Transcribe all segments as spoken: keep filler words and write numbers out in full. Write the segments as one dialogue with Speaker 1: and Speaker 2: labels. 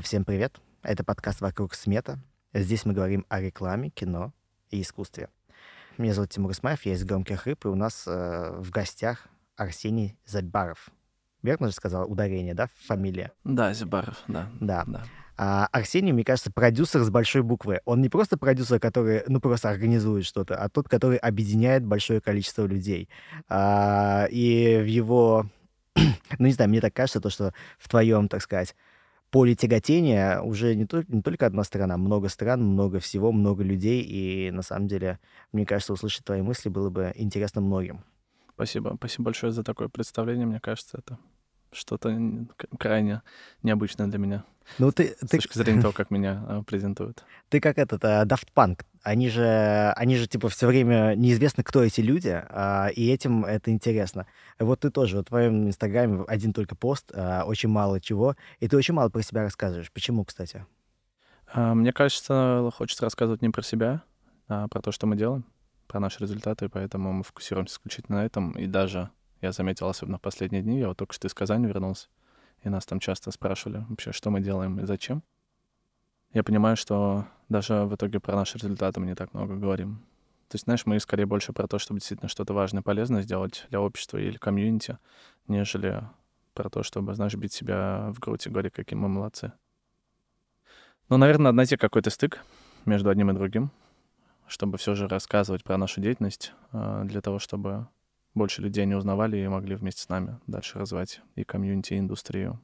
Speaker 1: Всем привет! Это подкаст «Вокруг смета». Здесь мы говорим о рекламе, кино и искусстве. Меня зовут Тимур Исмаев, я из «Громких рыб», и у нас э, в гостях Арсений Забаров. Верно же сказал ударение, да, фамилия?
Speaker 2: Да, Забаров, да.
Speaker 1: Да.
Speaker 2: да.
Speaker 1: А Арсений, мне кажется, продюсер с большой буквы. Он не просто продюсер, который, ну, просто организует что-то, а тот, который объединяет большое количество людей. А, и в его... ну, не знаю, мне так кажется, то, что в твоем, так сказать, поле тяготения уже не, то, не только одна страна, много стран, много всего, много людей, и на самом деле, мне кажется, услышать твои мысли было бы интересно многим.
Speaker 2: Спасибо. Спасибо большое за такое представление. Мне кажется, это что-то н- к- крайне необычное для меня
Speaker 1: Ну, ты,
Speaker 2: с
Speaker 1: ты,
Speaker 2: точки зрения того, как меня а, презентуют.
Speaker 1: ты как этот, а, Daft Punk. Они же, они же, типа, все время неизвестно, кто эти люди, а, и этим это интересно. Вот ты тоже, вот в твоем Инстаграме один только пост, а, очень мало чего, и ты очень мало про себя рассказываешь. Почему, кстати?
Speaker 2: А, Мне кажется, хочется рассказывать не про себя, а про то, что мы делаем, про наши результаты, поэтому мы фокусируемся исключительно на этом. И даже, я заметил, особенно в последние дни, я вот только что из Казани вернулся, и нас там часто спрашивали вообще, что мы делаем и зачем. Я понимаю, что даже в итоге про наши результаты мы не так много говорим. То есть, знаешь, мы скорее больше про то, чтобы действительно что-то важное и полезное сделать для общества или комьюнити, нежели про то, чтобы, знаешь, бить себя в грудь и говорить, какие мы молодцы. Но, наверное, надо найти какой-то стык между одним и другим, чтобы все же рассказывать про нашу деятельность, а, для того, чтобы больше людей не узнавали и могли вместе с нами дальше развивать и комьюнити, и индустрию,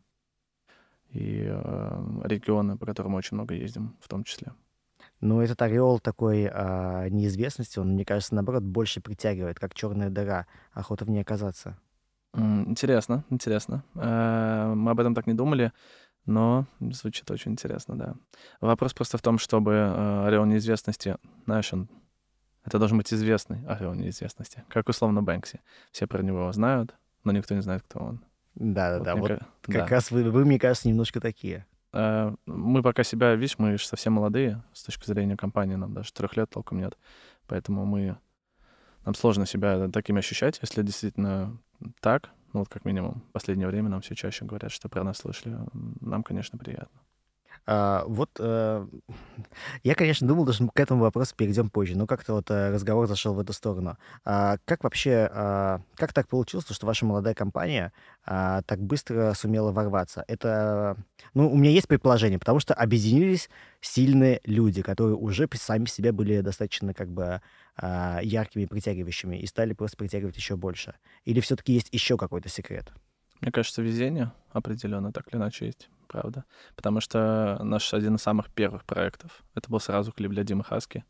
Speaker 2: и э, регионы, по которым мы очень много ездим, в том числе.
Speaker 1: Ну, этот ореол такой а, неизвестности, он, мне кажется, наоборот, больше притягивает, как черная дыра. Охота в ней оказаться.
Speaker 2: М, Интересно, интересно. Э, Мы об этом так не думали, но звучит очень интересно, да. Вопрос просто в том, чтобы э, ореол неизвестности, знаешь, он, это должен быть известный ореол неизвестности, как условно Бэнкси. Все про него знают, но никто не знает, кто он. Вот
Speaker 1: Да-да-да,
Speaker 2: мне
Speaker 1: вот
Speaker 2: ка-
Speaker 1: как
Speaker 2: да.
Speaker 1: раз вы, вы, мне кажется, немножко такие.
Speaker 2: Э, Мы пока себя, видишь, мы же совсем молодые с точки зрения компании, нам даже трех лет толком нет, поэтому мы нам сложно себя такими ощущать, если действительно так. Ну, вот как минимум, в последнее время нам все чаще говорят, что про нас слышали. М, Нам, конечно, приятно.
Speaker 1: А, вот э, я, конечно, думал, что мы к этому вопросу перейдем позже, но как-то вот э, разговор зашел в эту сторону. А, как вообще, а, как так получилось, что ваша молодая компания а, так быстро сумела ворваться? Это, ну, у меня есть предположение, потому что объединились сильные люди, которые уже при- сами себе были достаточно как бы а, яркими и притягивающими, и стали просто притягивать еще больше. Или все-таки есть еще какой-то секрет?
Speaker 2: Мне кажется, везение определенно так или иначе есть, правда. Потому что наш один из самых первых проектов, это был сразу клип для Димы Хаски.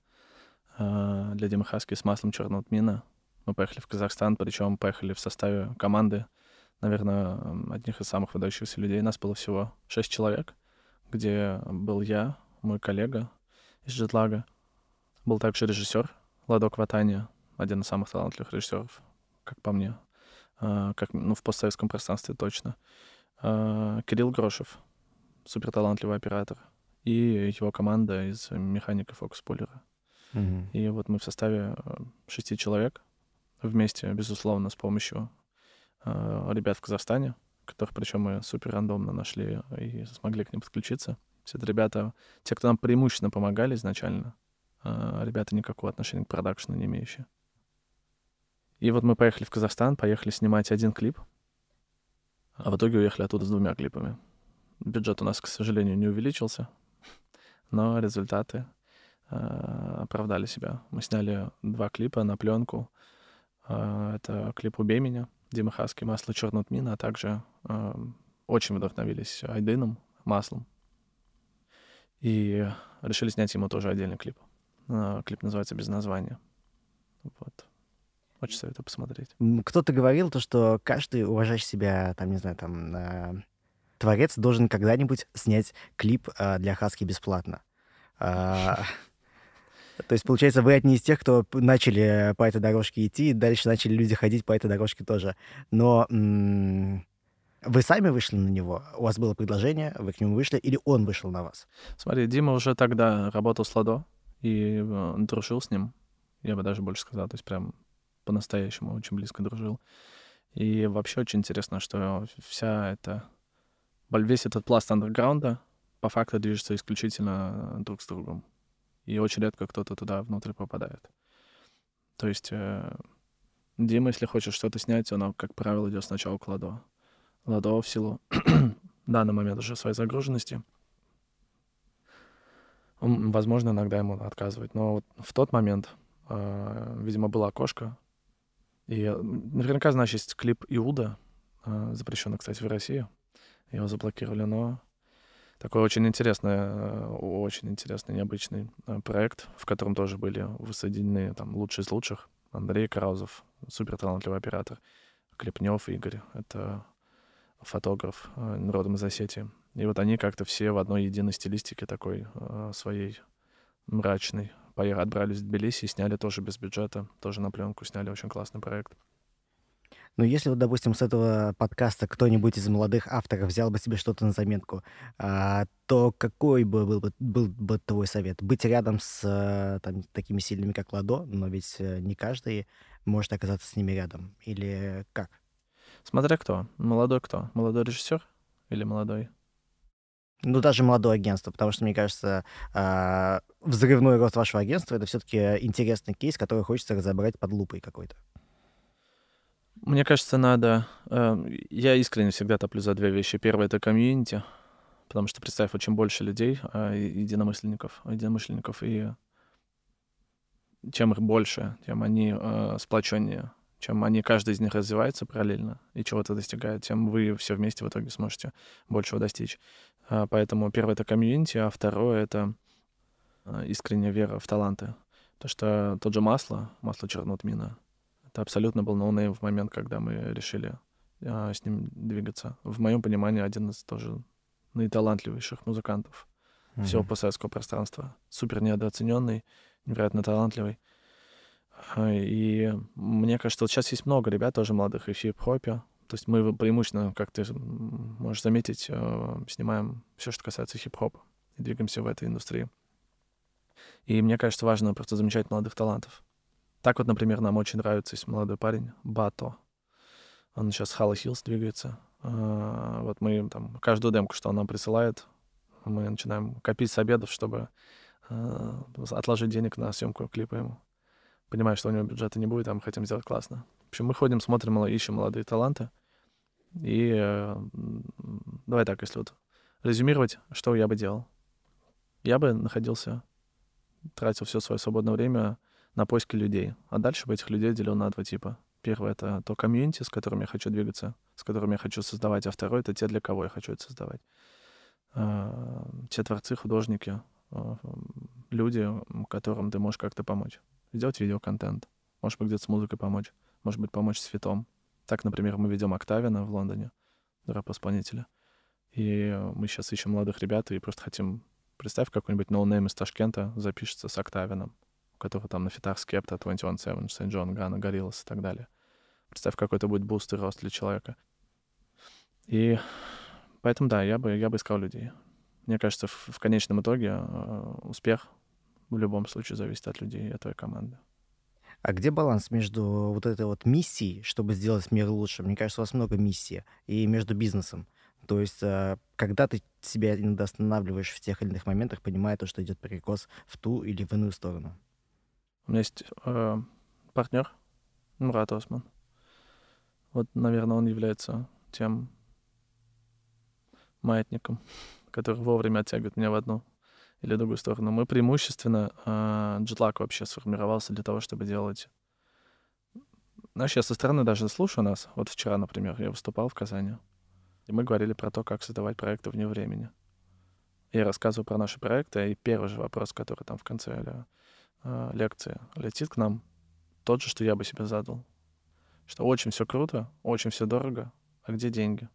Speaker 2: А, Для Димы Хаски с маслом черного тмина. Мы поехали в Казахстан, причем поехали в составе команды, наверное, м, одних из самых выдающихся людей. Нас было всего шесть человек, где был я, мой коллега из Джетлага. Был также режиссер Ладок Ватания, один из самых талантливых режиссеров, как по мне, а, как, ну, в постсоветском пространстве точно. А, Кирилл Грошев, суперталантливый оператор, и его команда из механика фокус-пуллера.
Speaker 1: Мгм.
Speaker 2: И вот мы в составе э, шести человек вместе, безусловно, с помощью э, ребят в Казахстане, которых причем мы супер рандомно нашли и смогли к ним подключиться. Все это ребята, те, кто нам преимущественно помогали изначально, э, ребята никакого отношения к продакшену не имеющие. И вот мы поехали в Казахстан, поехали снимать один клип, а в итоге уехали оттуда с двумя клипами. Бюджет у нас, к сожалению, не увеличился, но результаты э, оправдали себя. Мы сняли два клипа на пленку. Э, это клип «Убей меня», Дима Хаски, «Масло черного тмина», а также э, очень вдохновились Айдыном, «Маслом». И решили снять ему тоже отдельный клип. Э, клип называется «Без названия». Вот. Очень советую посмотреть.
Speaker 1: М, Кто-то говорил то, что каждый уважающий себя, там, не знаю, там, а, творец должен когда-нибудь снять клип а, для Хаски бесплатно. А, то есть, получается, вы одни из тех, кто п- начали по этой дорожке идти, и дальше начали люди ходить по этой дорожке тоже. Но м, вы сами вышли на него? У вас было предложение, вы к нему вышли, или он вышел на вас?
Speaker 2: Смотри, Дима уже тогда работал с Ладо и э, дружил с ним. Я бы даже больше сказал, то есть прям по-настоящему очень близко дружил. И вообще очень интересно, что вся эта, боль- весь этот пласт андерграунда по факту движется исключительно друг с другом. И очень редко кто-то туда внутрь попадает. То есть э, Дима, если хочет что-то снять, он, как правило, идет сначала к Ладо. Ладо в силу данный момент уже своей загруженности, он, возможно, иногда ему отказывает. Но вот в тот момент, э, видимо, было окошко. И э, наверняка, значит, есть клип «Иуда», э, запрещенный, кстати, в России. Его заблокировали, но такой очень интересный, э, очень интересный, необычный э, проект, в котором тоже были воссоединены там лучшие из лучших. Андрей Караузов, супер талантливый оператор. Клепнев Игорь, это фотограф, э, родом из Осетии. И вот они как-то все в одной единой стилистике такой э, своей мрачной. Поехали, отбрались в Тбилиси и сняли тоже без бюджета, тоже на пленку сняли очень классный проект.
Speaker 1: Ну, если вот, допустим, с этого подкаста кто-нибудь из молодых авторов взял бы себе что-то на заметку, а, то какой бы был бы, был бы твой совет? Быть рядом с э, там, такими сильными, как Ладо, но ведь э, не каждый может оказаться с ними рядом. Или как?
Speaker 2: Смотря кто. Молодой кто? Молодой режиссер или молодой?
Speaker 1: Ну, даже молодое агентство, потому что, мне кажется, а, взрывной рост вашего агентства — это все-таки интересный кейс, который хочется разобрать под лупой какой-то.
Speaker 2: Мне кажется, надо... э, я искренне всегда топлю за две вещи. Первое — это комьюнити, потому что, представь, вот чем больше людей, э, единомышленников, единомышленников, и чем их больше, тем они э, сплоченнее, чем они, каждый из них развивается параллельно и чего-то достигает, тем вы все вместе в итоге сможете большего достичь. А, Поэтому первое — это комьюнити, а второе — это э, искренняя вера в таланты. Потому что тот же Масло, Масло Чернутмина, это абсолютно был ноунейм в момент, когда мы решили а, с ним двигаться. В моем понимании, один из тоже наиталантливейших музыкантов всего
Speaker 1: Мгм.
Speaker 2: постсоветского пространства. Супер недооцененный, невероятно талантливый. А, И мне кажется, вот сейчас есть много ребят тоже молодых и в хип-хопе. То есть мы преимущественно, как ты м, можешь заметить, э, снимаем все, что касается хип-хопа, и двигаемся в этой индустрии. И мне кажется, важно просто замечать молодых талантов. Так вот, например, нам очень нравится есть молодой парень Бато. Он сейчас в Халла Хиллз двигается. А, Вот мы там каждую демку, что он нам присылает, мы начинаем копить с обедов, чтобы а, отложить денег на съемку клипа ему. Понимая, что у него бюджета не будет, а мы хотим сделать классно. В общем, мы ходим, смотрим, мало- ищем молодые таланты. И э, м, давай так, если вот резюмировать, что я бы делал. Я бы находился, тратил все свое свободное время на поиски людей. А дальше бы этих людей делил на два типа. Первое — это то комьюнити, с которым я хочу двигаться, с которым я хочу создавать, а второе — это те, для кого я хочу это создавать. А, Те творцы, художники, а, м, люди, м, которым ты можешь как-то помочь. Сделать видеоконтент. Может быть, где-то с музыкой помочь. Может быть, помочь с фитом. Так, например, мы ведем Октавина в Лондоне, рэп-исполнителя. И э, мы сейчас ищем молодых ребят и просто хотим... Представь, какой-нибудь ноунейм из Ташкента запишется с Октавином, у которого там на фитах Скепта, двадцать один Savage, Сент Джон, Гана, Гориллас и так далее. Представь, какой это будет буст и рост для человека. И поэтому, да, я бы, я бы искал людей. Мне кажется, в, в конечном итоге э, успех в любом случае зависит от людей и от твоей команды.
Speaker 1: А где баланс между вот этой вот миссией, чтобы сделать мир лучше? Мне кажется, у вас много миссии, и между бизнесом. То есть, э, когда ты себя иногда останавливаешь в тех или иных моментах, понимая то, что идет перекос в ту или в иную сторону.
Speaker 2: У меня есть э, партнер Мурат Осман. Вот, наверное, он является тем маятником, который вовремя оттягивает меня в одну или другую сторону. Мы преимущественно... э, джетлаг вообще сформировался для того, чтобы делать... Знаешь, я со стороны даже слушаю нас. Вот вчера, например, я выступал в Казани, и мы говорили про то, как создавать проекты вне времени. Я рассказываю про наши проекты, и первый же вопрос, который там в конце ля- э, лекции летит к нам, тот же, что я бы себе задал. Что очень все круто, очень все дорого, а где деньги?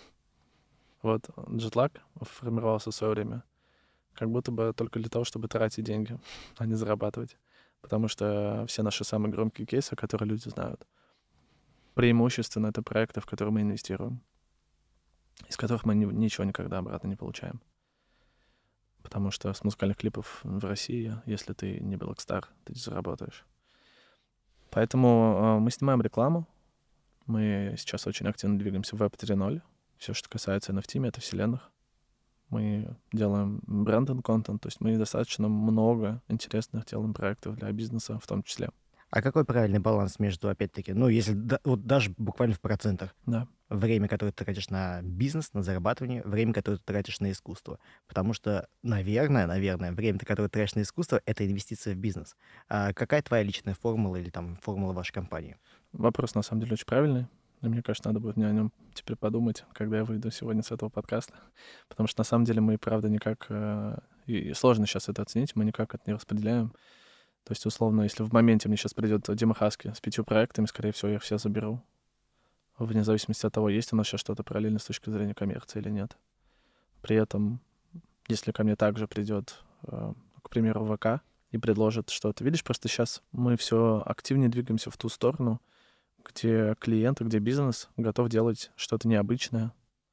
Speaker 2: Вот джетлаг формировался в свое время как будто бы только для того, чтобы тратить деньги, а не зарабатывать. Потому что все наши самые громкие кейсы, которые люди знают, преимущественно это проекты, в которые мы инвестируем, из которых мы ни- ничего никогда обратно не получаем. Потому что с музыкальных клипов в России, если ты не Blackstar, ты не заработаешь. Поэтому э, мы снимаем рекламу. Мы сейчас очень активно двигаемся в веб три ноль. Все, что касается эн эф ти, метавселенных. Мы делаем брендинг-контент, то есть мы достаточно много интересных делаем проектов для бизнеса в том числе.
Speaker 1: А какой правильный баланс между, опять-таки, ну, если да- вот даже буквально в процентах,
Speaker 2: Да.
Speaker 1: время, которое ты тратишь на бизнес, на зарабатывание, время, которое ты тратишь на искусство? Потому что, наверное, наверное, время, которое ты тратишь на искусство, это инвестиция в бизнес. А какая твоя личная формула или там формула вашей компании?
Speaker 2: Вопрос, на самом деле, очень правильный. И мне кажется, надо будет мне о нем теперь подумать, когда я выйду сегодня с этого подкаста. Потому что, на самом деле, мы, правда, никак... э, И сложно сейчас это оценить, мы никак это не распределяем. То есть, условно, если в моменте мне сейчас придет Дима Хаски с пятью проектами, скорее всего, я их все заберу. Вне зависимости от того, есть у нас сейчас что-то параллельно с точки зрения коммерции или нет. При этом, если ко мне также придет, э, к примеру, ВК и предложит что-то. Видишь, просто сейчас мы все активнее двигаемся в ту сторону, где клиент, где бизнес готов делать что-то необычное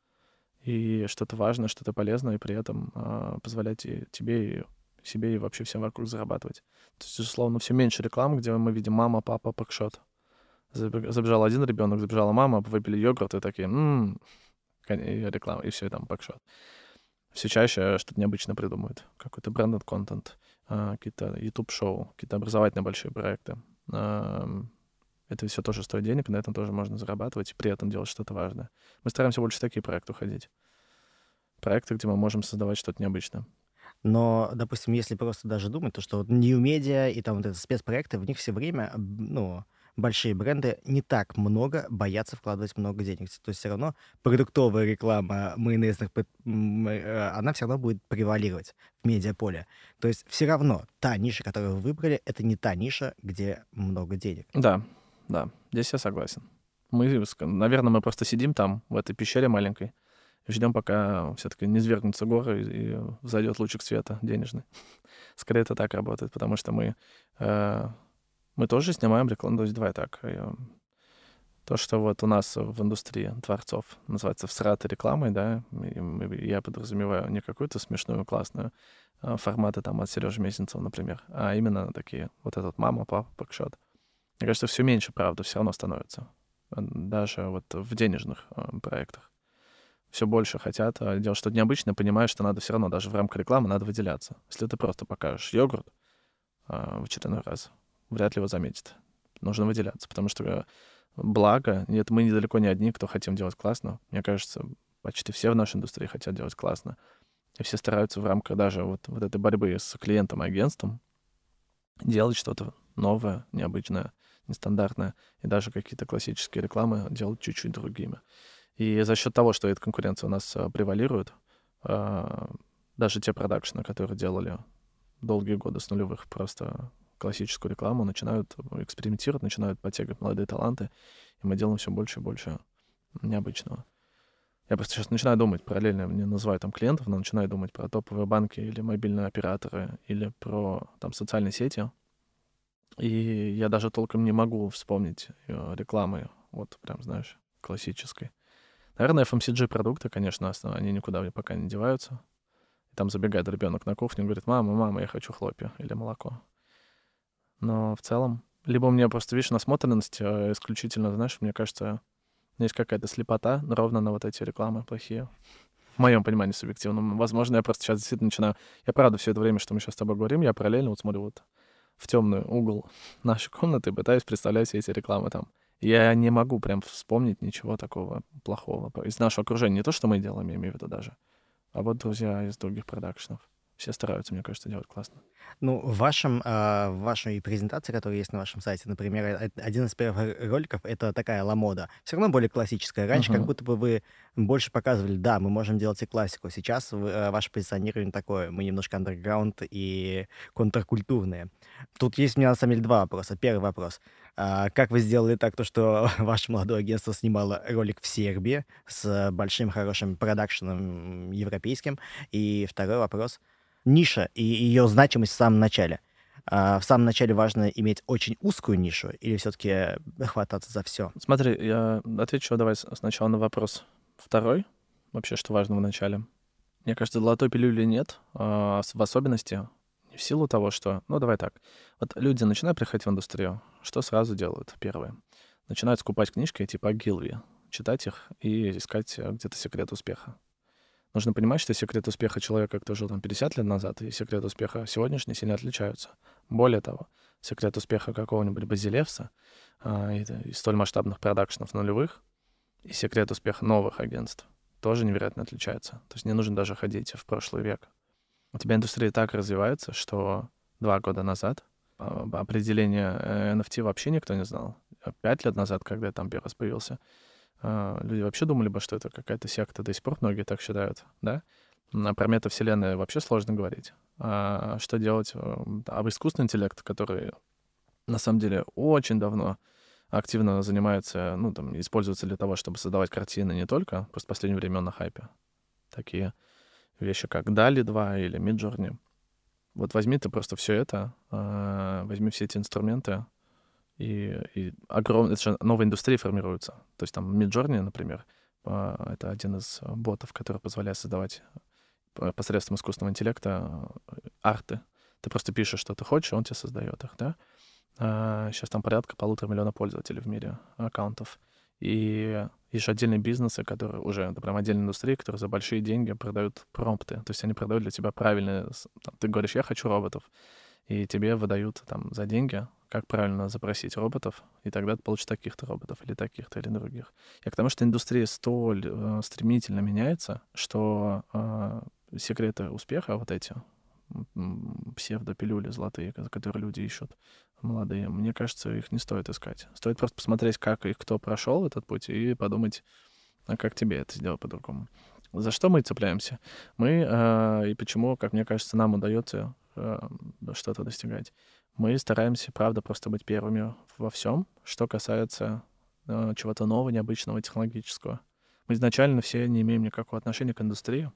Speaker 2: и что-то важное, что-то полезное, и при этом а, позволять и тебе, и себе, и вообще всем вокруг зарабатывать. То есть, условно, все меньше рекламы, где мы видим мама, папа, пакшот. Забег- Забежал один ребенок, забежала мама, выпили йогурт, и такие, м и реклама, и все, и там пакшот. Все чаще что-то необычное придумывают. Какой-то брендed контент, какие-то YouTube-шоу, какие-то образовательные большие проекты. Ам, Это все тоже стоит денег, на этом тоже можно зарабатывать, и при этом делать что-то важное. Мы стараемся больше в такие проекты уходить. Проекты, где мы можем создавать что-то необычное.
Speaker 1: Но, допустим, если просто даже думать, то что вот New Media и там вот это спецпроекты, в них все время, м, ну, большие бренды не так много боятся вкладывать много денег. То есть все равно продуктовая реклама майонезных, пэт- м, э, она все равно будет превалировать в медиаполе. То есть все равно та ниша, которую вы выбрали, это не та ниша, где много денег.
Speaker 2: Да, да, здесь я согласен. Мы, наверное, мы просто сидим там, в этой пещере маленькой, и ждем, пока все-таки не свергнутся горы и, и взойдет лучик света денежный. Скорее это так работает, потому что мы, э, мы тоже снимаем рекламу. То есть давай так. э, То, что вот у нас в индустрии творцов называется всратой рекламой, да, и мы- я подразумеваю не какую-то смешную, классную а, форматы там от Сережи Мезенцева, например, а именно такие, вот этот мама, папа, пакшот. Мне кажется, все меньше, правда, все равно становится. э, Даже вот в денежных а, проектах. Все больше хотят а, делать что-то необычное, понимая, что надо все равно, даже в рамках рекламы, надо выделяться. Если ты просто покажешь йогурт а, в очередной раз, вряд ли его заметит. Нужно выделяться, потому что э, благо, и это мы недалеко не одни, кто хотим делать классно. Мне кажется, почти все в нашей индустрии хотят делать классно. И все стараются в рамках даже вот, вот этой борьбы с клиентом и агентством делать что-то новое, необычное, нестандартное. И даже какие-то классические рекламы делать чуть-чуть другими. И за счет того, что эта конкуренция у нас а, превалирует, а, даже те продакшены, которые делали долгие годы с нулевых просто классическую рекламу, начинают экспериментировать, начинают подтягивать молодые таланты, и мы делаем все больше и больше необычного. Я просто сейчас начинаю думать, параллельно не называю там клиентов, но начинаю думать про топовые банки или мобильные операторы, или про там социальные сети. И я даже толком не могу вспомнить э, рекламы, вот прям, знаешь, классической. Наверное, эф эм си джи-продукты, конечно, основ- они никуда пока не деваются. Там забегает ребенок на кухню и говорит, мама, мама, я хочу хлопья или молоко. Но в целом, либо у меня просто, видишь, насмотренность э, исключительно, знаешь, мне кажется, есть какая-то слепота ровно на вот эти рекламы плохие. В моем понимании субъективном. Возможно, я просто сейчас действительно начинаю... Я правда все это время, что мы сейчас с тобой говорим, я параллельно вот смотрю вот в темный угол нашей комнаты и пытаюсь представлять все эти рекламы там. Я не могу прям вспомнить ничего такого плохого из нашего окружения. Не то, что мы делаем, я имею в виду даже, а вот друзья из других продакшенов. Все стараются, мне кажется, делать классно.
Speaker 1: Ну, в вашем, а, в вашей презентации, которая есть на вашем сайте, например, э, один из первых р- роликов — это такая ламода. Все равно более классическая. Раньше как
Speaker 2: Мгм.
Speaker 1: будто бы вы больше показывали, да, мы можем делать и классику. Сейчас вы, э, ваше позиционирование такое, мы немножко андерграунд и контркультурные. Тут есть у меня на самом деле два вопроса. Первый вопрос. А, Как вы сделали так, то, что ваше молодое агентство снимало ролик в Сербии с большим хорошим продакшеном европейским? И второй вопрос. Ниша и ее значимость в самом начале. А, в самом начале важно иметь очень узкую нишу или все-таки хвататься за все?
Speaker 2: Смотри, я отвечу давай с- сначала на вопрос второй. Вообще, что важно в начале. Мне кажется, золотой пилюли нет, а, с- в особенности не в силу того, что... Ну, давай так. Вот люди начинают приходить в индустрию, что сразу делают первые? Начинают скупать книжки типа Гилви, читать их и искать э, где-то секрет успеха. Нужно понимать, что секрет успеха человека, кто жил там пятьдесят лет назад, и секрет успеха сегодняшний сильно отличаются. Более того, секрет успеха какого-нибудь Базилевса а, и, и столь масштабных продакшенов нулевых и секрет успеха новых агентств тоже невероятно отличается. То есть не нужно даже ходить в прошлый век. У тебя индустрия так развивается, что два года назад а, определение эн эф ти вообще никто не знал. А Пять лет назад, когда там первый раз появился, а, люди вообще думали бы, что это какая-то секта. До сих пор многие так считают, да? А про метавселенную вообще сложно говорить. А что делать э, об искусственном интеллекте, который на самом деле очень давно активно занимается, ну, там, используется для того, чтобы создавать картины не только, просто в последнее время он на хайпе. Такие вещи, как дали два или Midjourney. Вот возьми ты просто все это, а, возьми все эти инструменты, и, и огромная, это же новая индустрия формируется. То есть там Midjourney, например, а, это один из ботов, который позволяет создавать п- посредством искусственного интеллекта э, арты. Ты просто пишешь, что ты хочешь, и он тебе создает их, да? А, сейчас там порядка полутора миллиона пользователей в мире аккаунтов. И есть же отдельные бизнесы, которые уже, это прям отдельная индустрия, которые за большие деньги продают промпты. То есть они продают для тебя правильные... с- там, ты говоришь, я хочу роботов, и тебе выдают там за деньги, как правильно запросить роботов, и тогда ты получишь таких-то роботов или таких-то, или других. Я к тому, что индустрия столь э, стремительно меняется, что э, секреты успеха вот эти, м, псевдопилюли золотые, ко- которые люди ищут, молодые, мне кажется, их не стоит искать. Стоит просто посмотреть, как и кто прошел этот путь, и подумать, а как тебе это сделать по-другому. За что мы цепляемся? Мы, э, и почему, как мне кажется, нам удается э, что-то достигать? Мы стараемся, правда, просто быть первыми во всем, что касается э, чего-то нового, необычного, технологического. Мы изначально все не имеем никакого отношения к индустрии.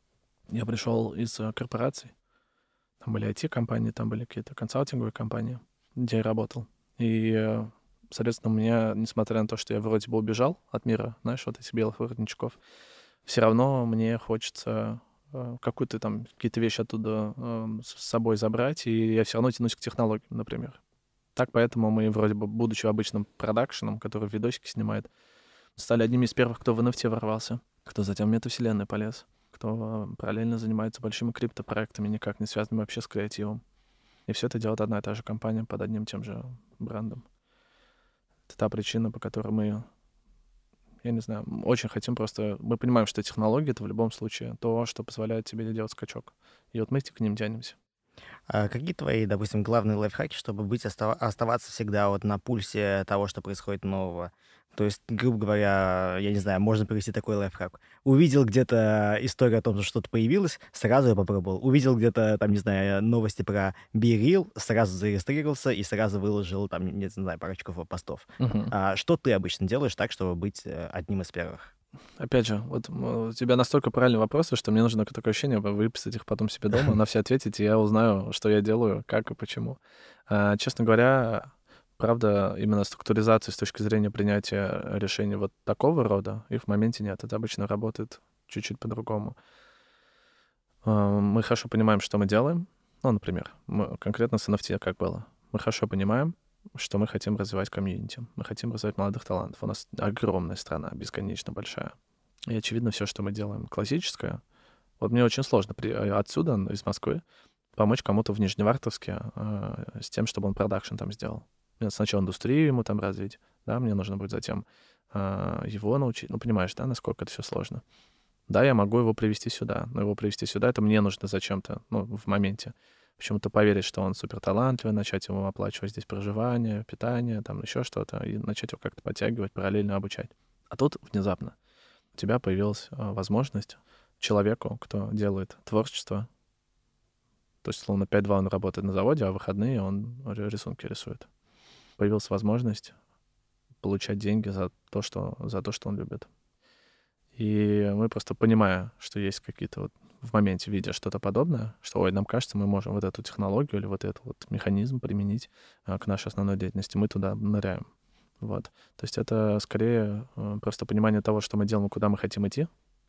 Speaker 2: Я пришел из э, корпораций. Там были ай ти-компании, там были какие-то консалтинговые компании, где я работал. И, э, соответственно, у меня, несмотря на то, что я вроде бы убежал от мира, знаешь, вот этих белых воротничков, все равно мне хочется э, какую-то там, какие-то вещи оттуда э, с собой забрать, и я все равно тянусь к технологиям, например. Так поэтому мы, вроде бы, будучи обычным продакшеном, который видосики снимает, стали одними из первых, кто в эн эф ти ворвался, кто затем в метавселенную полез, кто э, параллельно занимается большими криптопроектами, никак не связанными вообще с креативом. И все это делает одна и та же компания под одним и тем же брендом. Это та причина, по которой мы, я не знаю, м, очень хотим просто... Мы понимаем, что технологии — это в любом случае то, что позволяет тебе делать скачок. И вот мы к ним тянемся.
Speaker 1: А какие твои, допустим, главные лайфхаки, чтобы быть остава- оставаться всегда вот на пульсе того, что происходит нового? То есть, грубо говоря, я не знаю, можно привести такой лайфхак. Увидел где-то историю о том, что что-то появилось, сразу я попробовал. Увидел где-то, там, не знаю, новости про BeReal, сразу зарегистрировался и сразу выложил, там, не знаю, парочку постов.
Speaker 2: Мгм.
Speaker 1: А что ты обычно делаешь так, чтобы быть э, одним из первых?
Speaker 2: Опять же, вот м, у тебя настолько правильные вопросы, что мне нужно такое ощущение вы- выписать их потом себе дома, на все ответить, и я узнаю, что я делаю, как и почему. А, честно говоря, правда, именно структуризации с точки зрения принятия решений вот такого рода, их в моменте нет. Это обычно работает чуть-чуть по-другому. А, Мы хорошо понимаем, что мы делаем. Ну, например, мы, конкретно с эн эф ти как было. Мы хорошо понимаем, что мы хотим развивать комьюнити. Мы хотим развивать молодых талантов. У нас огромная страна, бесконечно большая. И, очевидно, все, что мы делаем классическое. Вот мне очень сложно при, э, отсюда, из Москвы, помочь кому-то в Нижневартовске э, с тем, чтобы он продакшн там сделал. Мне надо сначала индустрию ему там развить, да, мне нужно будет затем э, его научить. Ну, понимаешь, да, насколько это все сложно. Да, я могу его привести сюда, но его привести сюда — это мне нужно зачем-то, ну, в моменте. Почему-то поверить, что он супер талантливый, начать ему оплачивать здесь проживание, питание, там еще что-то, и начать его как-то подтягивать, параллельно обучать. А тут внезапно у тебя появилась а, возможность человеку, кто делает творчество, то есть, словно пять два он работает на заводе, а в выходные он р- рисунки рисует. Появилась возможность получать деньги за то, что, за то, что он любит. И мы просто, понимая, что есть какие-то вот в моменте, видя что-то подобное, что, ой, нам кажется, мы можем вот эту технологию или вот этот вот механизм применить а, к нашей основной деятельности, мы туда ныряем. Вот. То есть это скорее э, просто понимание того, что мы делаем, и куда мы хотим идти,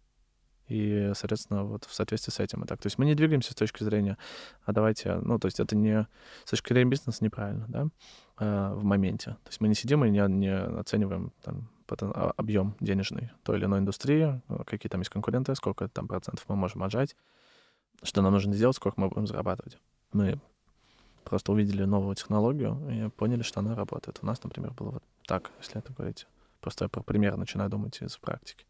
Speaker 2: и, соответственно, вот в соответствии с этим и так. То есть мы не двигаемся с точки зрения, а давайте, ну, то есть это не с точки зрения бизнеса неправильно, да, а, в моменте. То есть мы не сидим и не, не оцениваем там потен- а, объем денежный той или иной индустрии, э, какие там есть конкуренты, сколько там процентов мы можем отжать, что нам нужно сделать, сколько мы будем зарабатывать. Мы просто увидели новую технологию и поняли, что она работает. У нас, например, было вот так, если это говорить. Просто я про пример начинаю думать из практики.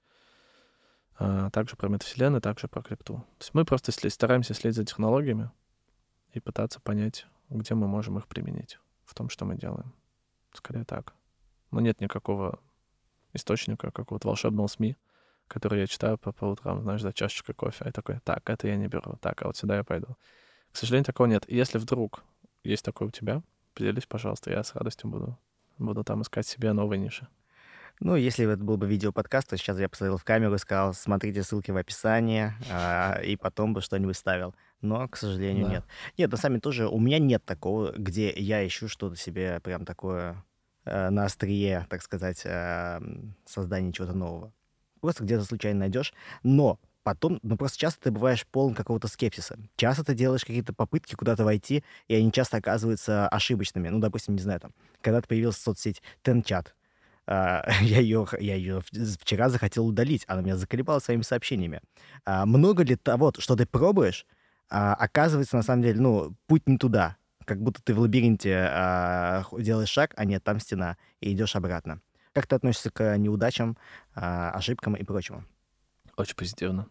Speaker 2: А также про метавселенную, также про крипту. То есть мы просто сли- стараемся следить за технологиями и пытаться понять, где мы можем их применить в том, что мы делаем. Скорее так. Но нет никакого источника, какого-то волшебного СМИ, который я читаю по, по утрам, знаешь, за чашечкой кофе. И такой, так, это я не беру, так, а вот сюда я пойду. К сожалению, такого нет. Если вдруг есть такое у тебя, поделись, пожалуйста, я с радостью буду, буду там искать себе новые ниши.
Speaker 1: Ну, если это был бы видеоподкаст, то сейчас я посмотрел в камеру и сказал, смотрите ссылки в описании, а, и потом бы что-нибудь ставил. Но, к сожалению,
Speaker 2: Да.
Speaker 1: нет. Нет, на самом деле тоже у меня нет такого, где я ищу что-то себе прям такое э, на острие, так сказать, э, м, создания чего-то нового. Просто где-то случайно найдешь. Но потом, ну просто часто ты бываешь полон какого-то скепсиса. Часто ты делаешь какие-то попытки куда-то войти, и они часто оказываются ошибочными. Ну, допустим, не знаю, там, когда-то появилась соцсеть Тенчат, а, я ее, я ее вчера захотел удалить, она меня заколебала своими сообщениями. А, много ли того, что ты пробуешь, а, оказывается, на самом деле, ну, путь не туда. Как будто ты в лабиринте а, х- делаешь шаг, а нет, там стена, и идешь обратно. Как ты относишься к неудачам, а, ошибкам и прочему?
Speaker 2: Очень позитивно.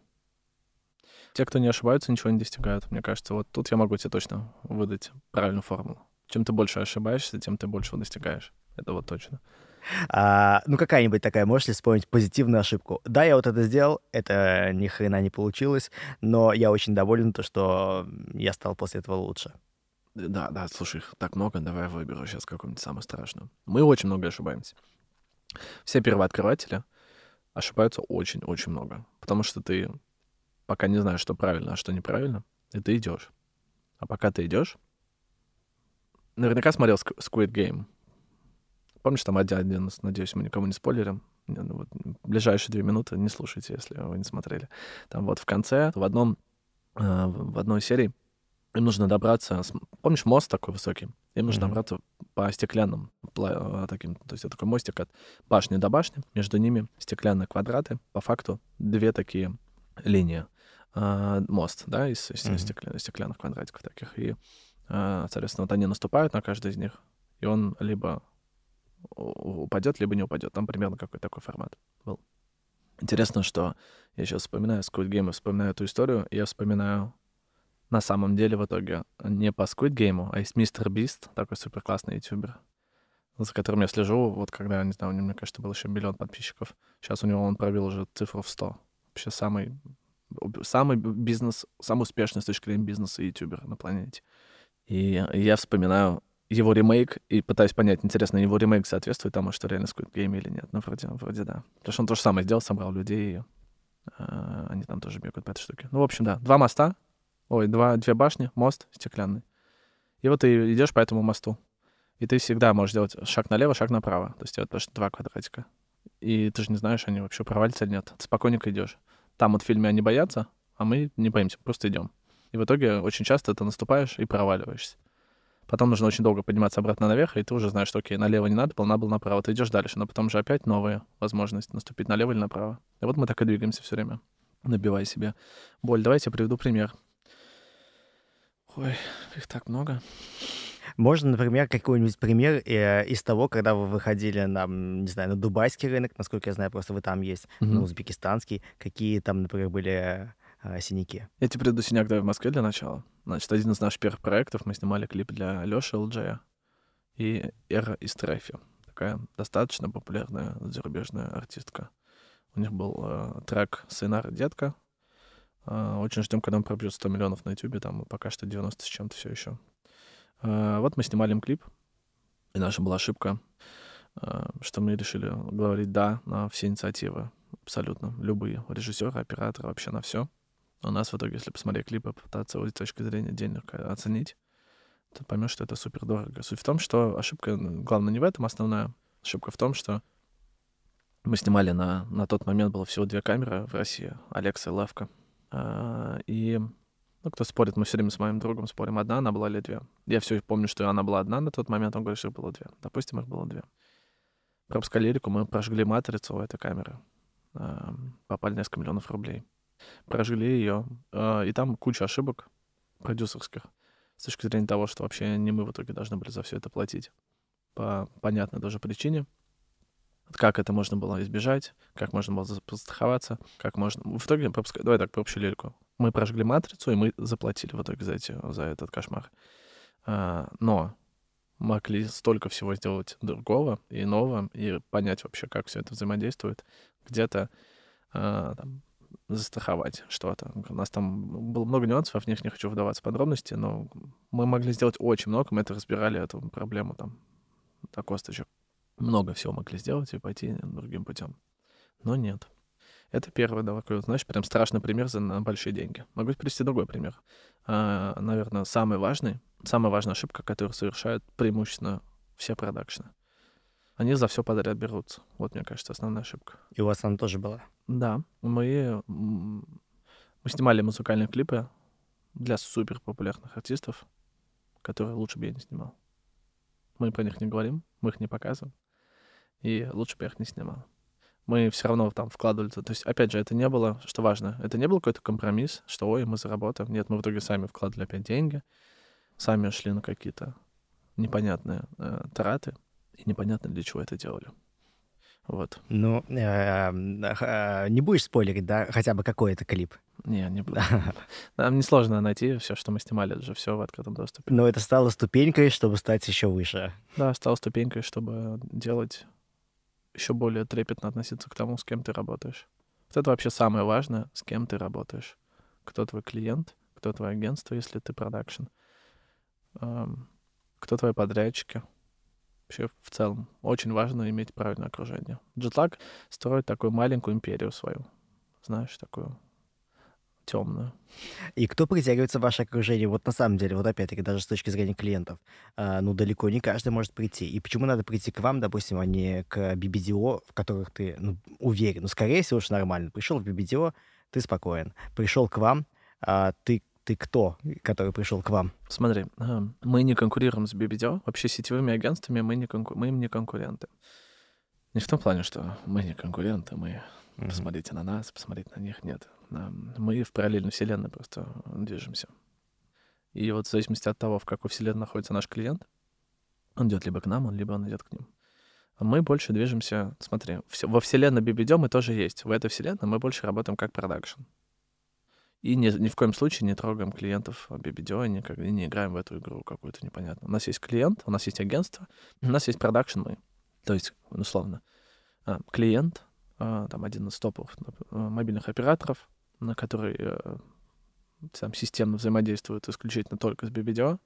Speaker 2: Те, кто не ошибаются, ничего не достигают. Мне кажется, вот тут я могу тебе точно выдать правильную формулу. Чем ты больше ошибаешься, тем ты большего достигаешь. Это вот точно.
Speaker 1: А, ну, какая-нибудь такая, можешь ли вспомнить позитивную ошибку? Да, я вот это сделал, это ни хрена не получилось, но я очень доволен, то, что я стал после этого лучше.
Speaker 2: Да, да, слушай, их так много, давай я выберу сейчас какую-нибудь самую страшную. Мы очень много ошибаемся. Все первооткрыватели ошибаются очень-очень много. Потому что ты пока не знаешь, что правильно, а что неправильно, и ты идешь. А пока ты идешь, наверняка смотрел Squ- Squid Game. Помнишь, там один, один, из- надеюсь, мы никому не спойлерим. Не, ну вот, ближайшие две минуты не слушайте, если вы не смотрели. Там вот в конце, в одном, э, в одной серии им нужно добраться... с- Помнишь, мост такой высокий? Им нужно
Speaker 1: Мгм.
Speaker 2: добраться по стеклянным пла- э, таким... То есть это такой мостик от башни до башни. Между ними стеклянные квадраты. По факту две такие линии. А, мост, да, из, из
Speaker 1: Мгм.
Speaker 2: стекля- стеклянных квадратиков таких. И, а, соответственно, вот они наступают на каждый из них, и он либо у- упадет, либо не упадет. Там примерно какой такой формат был. Интересно, что я сейчас вспоминаю Squid Game и вспоминаю эту историю, и я вспоминаю на самом деле в итоге не по Squid Game, а есть мистер Бист, такой супер классный ютубер, за которым я слежу, вот когда, не знаю, у него, мне кажется, был еще миллион подписчиков. Сейчас у него он пробил уже цифру в сто. Вообще самый, об- самый бизнес, самый успешный с точки зрения бизнеса ютубер на планете. И я вспоминаю его ремейк и пытаюсь понять, интересно, его ремейк соответствует тому, что реально Squid Game или нет. Ну, вроде, вроде да. Потому что он то же самое сделал, собрал людей, и а, они там тоже бегают по этой штуке. Ну, в общем, да. Два моста, ой, два, две башни, мост стеклянный. И вот ты идешь по этому мосту. И ты всегда можешь делать шаг налево, шаг направо. То есть это потому что два квадратика. И ты же не знаешь, они вообще провалятся или нет. Ты спокойненько идешь. Там вот в фильме они боятся, а мы не боимся, просто идем. И в итоге очень часто ты наступаешь и проваливаешься. Потом нужно очень долго подниматься обратно наверх, и ты уже знаешь, что окей, налево не надо было, надо было направо. Ты идешь дальше, но потом же опять новая возможность наступить налево или направо. И вот мы так и двигаемся все время, набивая себе боль. Давайте я приведу пример. Ой, их так много.
Speaker 1: Можно, например, какой-нибудь пример э, из того, когда вы выходили на, м, не знаю, на дубайский рынок, насколько я знаю, просто вы там есть, на
Speaker 2: Мгм.
Speaker 1: узбекистанский, какие там, например, были э, синяки.
Speaker 2: Я тебе приведу синяк, давай в Москве для начала. Значит, один из наших первых проектов, мы снимали клип для Лёши Элджея и Эра из Трефи. Такая достаточно популярная зарубежная артистка. У них был э, трек «Сейнар, детка». А, Очень ждем, когда он пробьет сто миллионов на Ютубе, там пока что девяносто с чем-то все еще. Вот мы снимали им клип, и наша была ошибка, а, что мы решили говорить «да» на все инициативы, абсолютно, любые, режиссеры, операторы, вообще на все. У нас в итоге, если посмотреть клип и попытаться его с точки зрения денег э, оценить, ты поймешь, что это супер дорого. Суть в том, что ошибка, м, главное, не в этом основная. Ошибка в том, что мы снимали на, на тот момент было всего две камеры в России, Алекса и Левка. А, И, ну, кто спорит, мы все время с моим другом спорим, одна она была или две. Я все помню, что она была одна на тот момент, он говорит, что их было две. Допустим, их было две. пропускали лирику, мы прожгли матрицу этой камеры. А, попали несколько миллионов рублей. Прожгли ее, а, и там куча ошибок продюсерских с точки зрения того, что вообще не мы в итоге должны были за все это платить. По понятной даже причине. Как это можно было избежать, как можно было застраховаться, как можно... В итоге, пропуска... давай так, про общую лирику. Мы прожгли матрицу, и мы заплатили в итоге за, эти, за этот кошмар. А, но могли столько всего сделать другого и нового, и понять вообще, как все это взаимодействует. Где-то а, там, застраховать что-то. У нас там было много нюансов, в них не хочу вдаваться в подробности, но мы могли сделать очень много, мы это разбирали, эту проблему там до косточек. Много всего могли сделать и пойти другим путем. Но нет. Это первый, да, такой, знаешь, прям страшный пример за на большие деньги. Могу привести другой пример. А, наверное, самый важный, самая важная ошибка, которую совершают преимущественно все продакшны. Они за все подряд берутся. Вот, мне кажется, основная ошибка.
Speaker 1: И у вас она тоже была?
Speaker 2: Да, мы, мы снимали музыкальные клипы для супер популярных артистов, которые лучше бы я не снимал. Мы про них не говорим, мы их не показываем. И лучше бы я их не снимал. Мы все равно там вкладывали. То есть, опять же, это не было, что важно, это не был какой-то компромисс, что, ой, мы заработаем. Нет, мы в итоге сами вкладывали опять деньги, сами шли на какие-то непонятные э, траты, и непонятно для чего это делали. Вот.
Speaker 1: Ну, э, э, не будешь спойлерить, да, хотя бы какой это клип?
Speaker 2: Не, не буду. Нам несложно найти все, что мы снимали, это же все в открытом доступе.
Speaker 1: Но это стало ступенькой, чтобы стать еще выше.
Speaker 2: Да, стало ступенькой, чтобы делать еще более трепетно относиться к тому, с кем ты работаешь. Вот это вообще самое важное, с кем ты работаешь. Кто твой клиент, кто твое агентство, если ты продакшн, эм, кто твои подрядчики. Вообще в целом очень важно иметь правильное окружение. Джетлаг строит такую маленькую империю свою, знаешь, такую темную.
Speaker 1: И кто притягивается в ваше окружение? Вот на самом деле, вот опять-таки, даже с точки зрения клиентов, а, ну, далеко не каждый может прийти. И почему надо прийти к вам, допустим, а не к би би ди о, в которых ты, ну, уверен, ну, скорее всего, уж нормально. Пришел в би би ди о, ты спокоен. Пришел к вам, а, ты, ты кто, который пришел к вам?
Speaker 2: Смотри, а, мы не конкурируем с би би ди о. Вообще сетевыми агентствами мы, не конку... мы им не конкуренты. Не в том плане, что мы не конкуренты, мы...
Speaker 1: Мгм.
Speaker 2: Посмотрите на нас, посмотрите на них. Нет. Мы в параллельной вселенной просто движемся. И вот в зависимости от того, в какой вселенной находится наш клиент, он идет либо к нам, он, либо он идет к ним. А мы больше движемся... Смотри, все- во вселенной би би ди о мы тоже есть. В этой вселенной мы больше работаем как продакшн. И ни, ни в коем случае не трогаем клиентов би би ди о, никогда не играем в эту игру какую-то непонятную. У нас есть клиент, у нас есть агентство, у нас есть продакшн мы. То есть, условно, а, клиент, а, там один из топовых а, мобильных операторов, на который э, там системно взаимодействует исключительно только с би би ди о,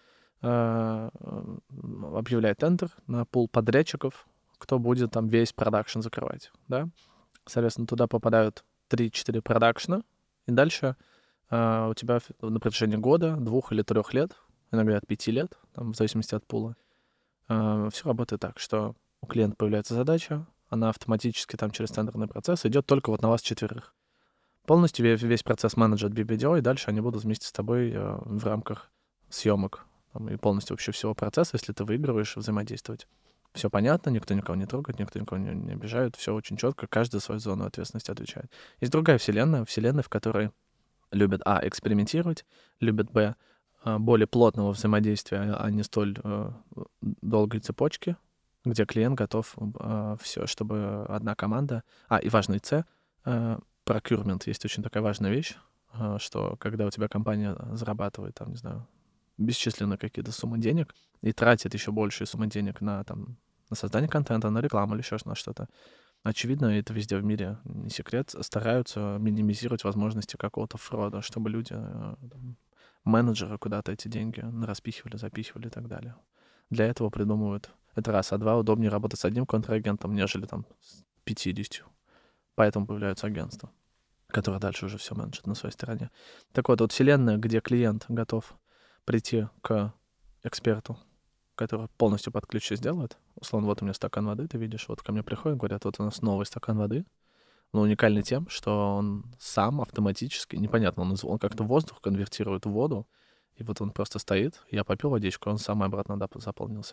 Speaker 2: а, м, объявляет тендер на пул подрядчиков, кто будет там весь продакшн закрывать, да. Соответственно, туда попадают три-четыре продакшна, и дальше а, у тебя ф- на протяжении года, двух или трех лет, иногда от пяти лет, там, в зависимости от пула, все работает так, что у клиента появляется задача, она автоматически там через тендерный процесс идет только вот на вас четверых. Полностью ве- весь процесс менеджер би би ди о, и дальше они будут вместе с тобой э, в рамках съемок там, и полностью вообще всего процесса, если ты выигрываешь, взаимодействовать. Все понятно, никто никого не трогает, никто никого не, не обижает, все очень четко, каждый за свою зону ответственности отвечает. Есть другая вселенная, вселенная, в которой любят, а, экспериментировать, любят, б, а, более плотного взаимодействия, а не столь э, долгой цепочки, где клиент готов все, чтобы одна команда... А, и важный С, э, procurement есть очень такая важная вещь, э, что когда у тебя компания зарабатывает, там, не знаю, бесчисленные какие-то суммы денег и тратит еще большие суммы денег на, там, на создание контента, на рекламу или еще на что-то, очевидно, это везде в мире не секрет, стараются минимизировать возможности какого-то фрода, чтобы люди, э, там, менеджеры куда-то эти деньги распихивали, запихивали и так далее. Для этого придумывают... Это раз, а два, удобнее работать с одним контрагентом, нежели там с пятьюдесятью. Поэтому появляются агентства, которые дальше уже все менеджат на своей стороне. Так вот, вот вселенная, где клиент готов прийти к эксперту, который полностью под ключ всё сделает. Условно, вот у меня стакан воды, ты видишь, вот ко мне приходят, говорят, вот у нас новый стакан воды, но уникальный тем, что он сам автоматически, непонятно, он, из- он как-то воздух конвертирует в воду, и вот он просто стоит, я попил водичку, он сам обратно доп- заполнился.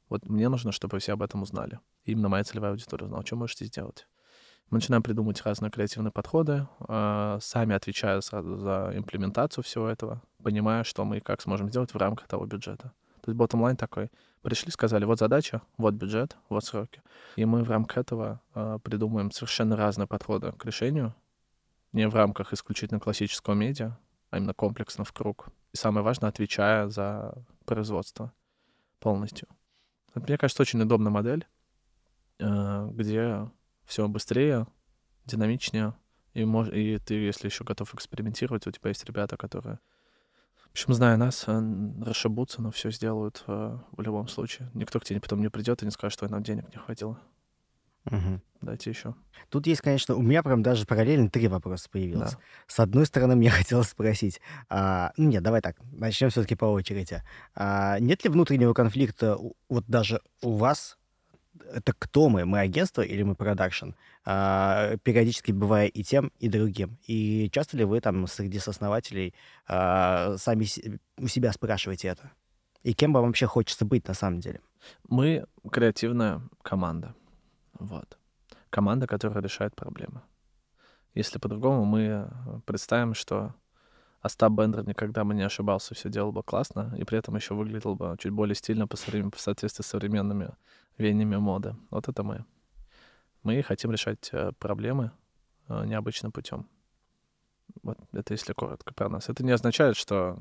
Speaker 2: Вот мне нужно, чтобы все об этом узнали. Именно моя целевая аудитория узнала, что можете сделать. Мы начинаем придумывать разные креативные подходы, э, сами отвечая сразу за имплементацию всего этого, понимая, что мы и как сможем сделать в рамках того бюджета. То есть bottom line такой. Пришли, сказали, вот задача, вот бюджет, вот сроки. И мы в рамках этого э, придумаем совершенно разные подходы к решению, не в рамках исключительно классического медиа, а именно комплексно в круг. И самое важное, отвечая за производство полностью. Это, мне кажется, очень удобная модель, э, где все быстрее, динамичнее, и, мож... и ты, если еще готов экспериментировать, у тебя есть ребята, которые, в общем, зная нас, э, расшибутся, но все сделают э, в любом случае. Никто к тебе потом не придет и не скажет, что нам денег не хватило.
Speaker 1: Мгм.
Speaker 2: Дайте еще.
Speaker 1: Тут есть, конечно, у меня прям даже параллельно три вопроса появилось.
Speaker 2: Да.
Speaker 1: С одной стороны, мне хотелось спросить, а, ну нет, давай так, начнем все-таки по очереди. А, нет ли внутреннего конфликта у- вот даже у вас? Это кто мы? Мы агентство или мы продакшн? А, периодически бывая и тем, и другим. И часто ли вы там среди сооснователей а, сами се- у себя спрашиваете это? И кем вам вообще хочется быть на самом деле?
Speaker 2: Мы креативная команда. Вот. Команда, которая решает проблемы. Если по-другому, мы э, представим, что Остап Бендер никогда бы не ошибался, все делал бы классно, и при этом еще выглядел бы чуть более стильно по, соврем- в соответствии с современными веяниями моды. Вот это мы. Мы хотим решать э, проблемы э, необычным путем. Вот это если коротко про нас. Это не означает, что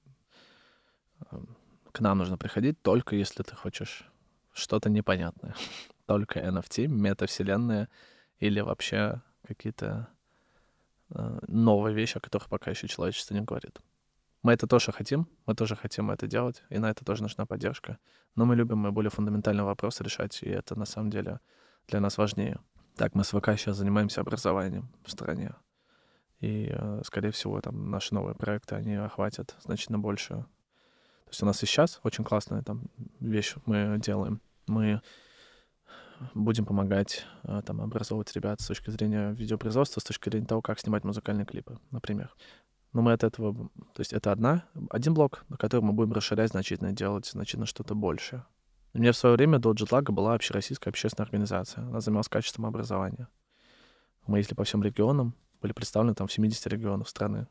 Speaker 2: э, к нам нужно приходить только если ты хочешь что-то непонятное. Только эн эф ти, метавселенные или вообще какие-то э, новые вещи, о которых пока еще человечество не говорит. Мы это тоже хотим, мы тоже хотим это делать, и на это тоже нужна поддержка. Но мы любим и более фундаментальные вопросы решать, и это на самом деле для нас важнее. Так, мы с ВК сейчас занимаемся образованием в стране. И, э, скорее всего, там наши новые проекты, они охватят значительно больше. То есть у нас и сейчас очень классная там вещь мы делаем. Мы будем помогать э, там образовывать ребят с точки зрения видеопроизводства, с точки зрения того, как снимать музыкальные клипы, например. Но мы от этого... То есть это одна, один блок, на который мы будем расширять значительно, делать значительно что-то большее. У меня в свое время до Джетлага была общероссийская общественная организация. Она занималась качеством образования. Мы ездили по всем регионам, были представлены там в семидесяти регионах страны.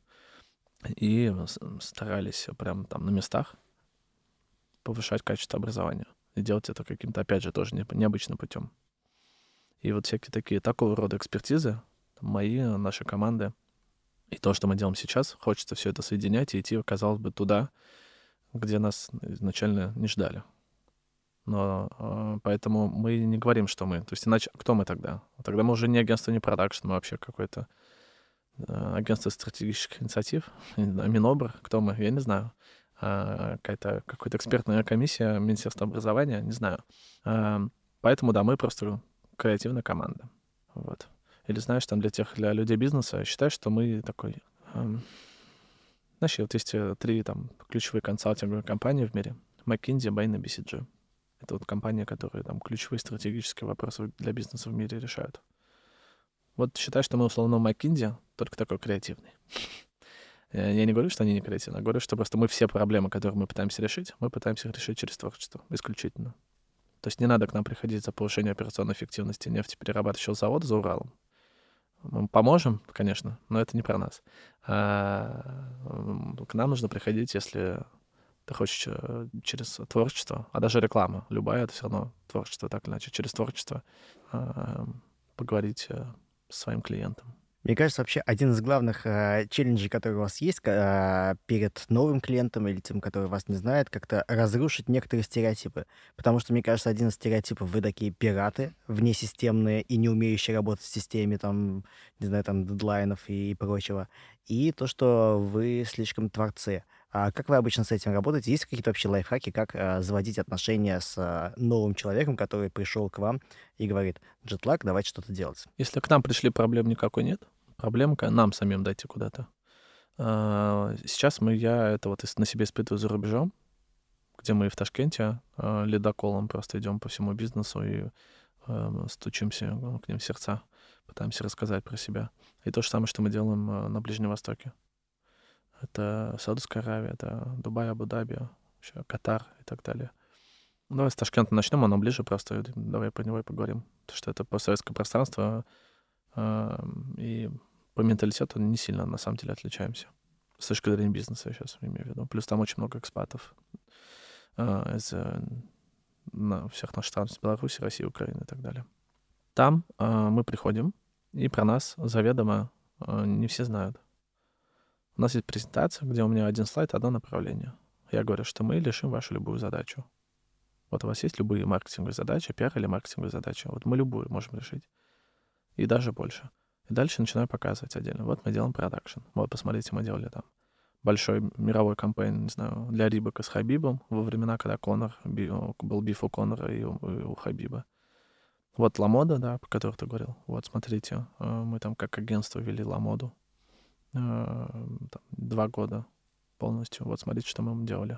Speaker 2: И старались прямо там на местах повышать качество образования. И делать это каким-то, опять же, тоже необычным путем. И вот всякие такие, такого рода экспертизы, мои, наши команды, и то, что мы делаем сейчас, хочется все это соединять и идти, казалось бы, туда, где нас изначально не ждали. Но э, поэтому мы не говорим, что мы. То есть иначе кто мы тогда? Тогда мы уже не агентство, не продакшн, мы вообще какое-то э, агентство стратегических инициатив, не знаю, Минобр, кто мы, я не знаю. А, какая-то, какая-то экспертная комиссия Министерства образования, не знаю. А, поэтому, да, мы просто креативная команда. Вот. Или, знаешь, там для тех, для людей бизнеса, считай, что мы такой... эм, знаешь, вот есть э, три там ключевые консалтинговые компании в мире. McKinsey, Bain и би си джи. Это вот компании, которые там ключевые стратегические вопросы для бизнеса в мире решают. Вот считай, что мы условно McKinsey, только такой креативный. Я я не говорю, что они не креативны, а говорю, что просто мы все проблемы, которые мы пытаемся решить, мы пытаемся их решить через творчество, исключительно. То есть не надо к нам приходить за повышение операционной эффективности нефтеперерабатывающего завода за Уралом. Мы поможем, конечно, но это не про нас. А, м, к нам нужно приходить, если ты хочешь э, через творчество, а даже реклама, любая, это все равно творчество, так или иначе, через творчество а, поговорить э, с своим клиентом.
Speaker 1: Мне кажется, вообще один из главных э, челленджей, который у вас есть ка- э, перед новым клиентом или тем, который вас не знает, как-то разрушить некоторые стереотипы. Потому что, мне кажется, один из стереотипов — вы такие пираты, внесистемные и не умеющие работать в системе, там, не знаю, там, дедлайнов и прочего. И то, что вы слишком творцы. А как вы обычно с этим работаете? Есть какие-то вообще лайфхаки, как э, заводить отношения с э, новым человеком, который пришел к вам и говорит: «Джетлаг, давайте что-то делать»?
Speaker 2: Если к нам пришли, проблем никакой нет. Проблема ка- нам самим дойти куда-то. А, Сейчас мы, я это вот ис- на себе испытываю за рубежом, где мы и в Ташкенте а, ледоколом просто идем по всему бизнесу и а, стучимся ну, к ним в сердца, пытаемся рассказать про себя. И то же самое, что мы делаем а, на Ближнем Востоке. Это Саудовская Аравия, это Дубай, Абу-Даби, вообще Катар и так далее. Давай с Ташкента начнем, оно ближе просто. Давай про него и поговорим. Потому что это постсоветское пространство, э, и по менталитету не сильно, на самом деле, отличаемся. С точки зрения бизнеса, я сейчас имею в виду. Плюс там очень много экспатов э, из э, на всех наших стран, из Беларуси, России, Украины и так далее. Там э, мы приходим, и про нас заведомо э, не все знают. У нас есть презентация, где у меня один слайд, одно направление. Я говорю, что мы решим вашу любую задачу. Вот у вас есть любые маркетинговые задачи, пиар или маркетинговые задачи. Вот мы любую можем решить. И даже больше. И дальше начинаю показывать отдельно. Вот мы делаем продакшн. Вот, посмотрите, мы делали там большой мировой кампейн, не знаю, для Рибака с Хабибом во времена, когда Конор, би, был биф у Конора и у, и у Хабиба. Вот Ламода, да, про которую ты говорил. Вот, смотрите, мы там как агентство вели Ламоду. Два года полностью. Вот, смотрите, что мы им делали.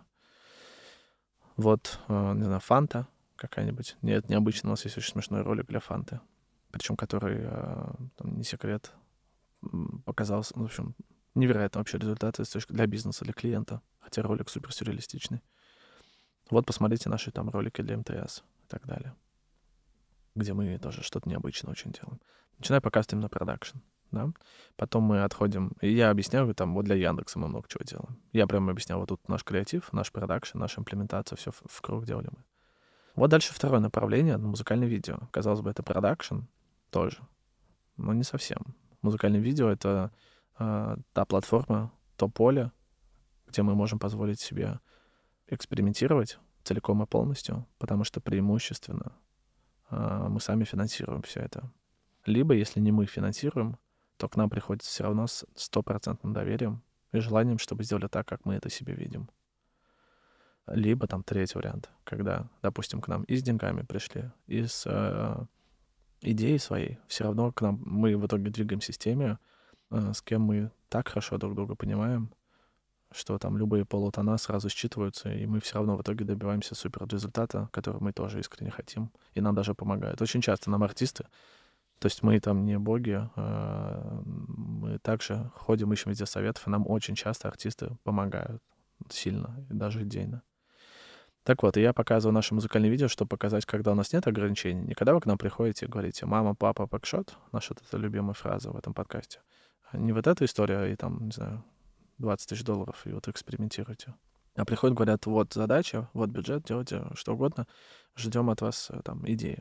Speaker 2: Вот, не знаю, Фанта какая-нибудь. Нет, необычно, у нас есть очень смешной ролик для Фанты. Причем который, там, не секрет, показался, в общем, невероятно вообще результаты для бизнеса, для клиента. Хотя ролик супер сюрреалистичный. Вот посмотрите наши там ролики для МТС и так далее. Где мы тоже что-то необычное очень делаем. Начинаю показывать именно продакшн. Да? Потом мы отходим, и я объясняю, там, вот для Яндекса мы много чего делаем. Я прямо объясняю, вот тут наш креатив, наш продакшн, наша имплементация, все в, в круг делали мы. Вот дальше второе направление, музыкальное видео. Казалось бы, это продакшн тоже, но не совсем. Музыкальное видео — это э, та платформа, то поле, где мы можем позволить себе экспериментировать целиком и полностью, потому что преимущественно э, мы сами финансируем все это. Либо, если не мы финансируем, то к нам приходится все равно с стопроцентным доверием и желанием, чтобы сделали так, как мы это себе видим. Либо там третий вариант, когда, допустим, к нам и с деньгами пришли, и с э, идеей своей, все равно к нам, мы в итоге двигаемся с теми, э, с кем мы так хорошо друг друга понимаем, что там любые полутона сразу считываются, и мы все равно в итоге добиваемся супер результата, который мы тоже искренне хотим, и нам даже помогают. Очень часто нам артисты, то есть мы там не боги, мы также ходим, ищем везде советов, и нам очень часто артисты помогают сильно, и даже идейно. Так вот, и я показываю наше музыкальное видео, чтобы показать, когда у нас нет ограничений. Не когда вы к нам приходите и говорите «мама, папа, пакшот», наша вот эта любимая фраза в этом подкасте. Не вот эта история, и там, не знаю, двадцать тысяч долларов, и вот экспериментируйте. А приходят, говорят, вот задача, вот бюджет, делайте что угодно, ждем от вас там идеи.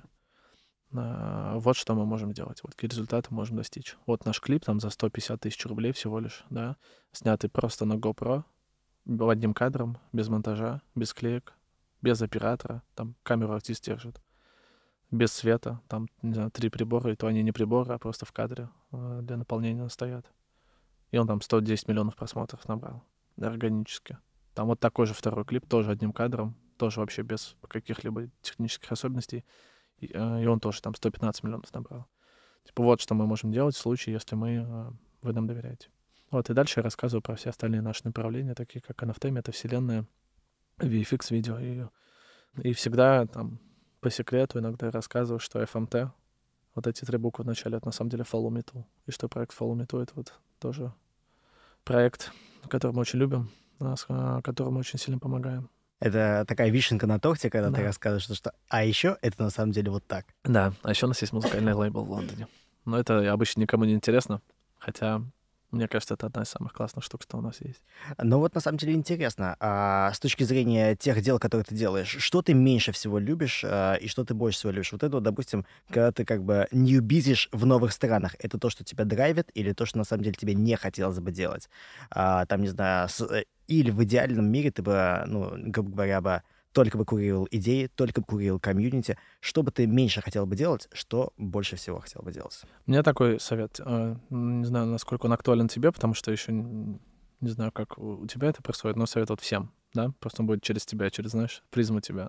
Speaker 2: Вот что мы можем делать, вот какие результаты можем достичь. Вот наш клип там за сто пятьдесят тысяч рублей всего лишь, да, снятый просто на GoPro, одним кадром, без монтажа, без клеек, без оператора, там камеру артист держит, без света, там, не знаю, три прибора, и то они не приборы, а просто в кадре для наполнения стоят. И он там сто десять миллионов просмотров набрал, органически. Там вот такой же второй клип, тоже одним кадром, тоже вообще без каких-либо технических особенностей. И, и он тоже там сто пятнадцать миллионов набрал. Типа вот что мы можем делать в случае, если мы, вы нам доверяете. Вот, и дальше я рассказываю про все остальные наши направления, такие как эн эф ти, метавселенная, ви эф икс-видео. И, и всегда там по секрету иногда я рассказываю, что эф эм ти, вот эти три буквы в начале, это на самом деле Follow Me To. И что проект Follow Me To — это вот тоже проект, который мы очень любим, которому мы очень сильно помогаем.
Speaker 1: Это такая вишенка на торте, когда
Speaker 2: Да.
Speaker 1: ты рассказываешь, что, что... А еще это на самом деле вот так.
Speaker 2: Да, а еще у нас есть музыкальный лейбл в Лондоне. Но это обычно никому не интересно, хотя, мне кажется, это одна из самых классных штук, что у нас есть.
Speaker 1: Ну вот на самом деле интересно, а с точки зрения тех дел, которые ты делаешь, что ты меньше всего любишь а, и что ты больше всего любишь? Вот это, вот, допустим, когда ты как бы ньюбизишь в новых странах, это то, что тебя драйвит, или то, что на самом деле тебе не хотелось бы делать? А, там, не знаю, с... или в идеальном мире ты бы, ну, грубо говоря, бы только бы курировал идеи, только бы курировал комьюнити. Что бы ты меньше хотел бы делать, что больше всего хотел бы делать?
Speaker 2: У меня такой совет. Не знаю, насколько он актуален тебе, потому что еще не знаю, как у тебя это происходит, но совет вот всем, да? Просто он будет через тебя, через, знаешь, призму тебя.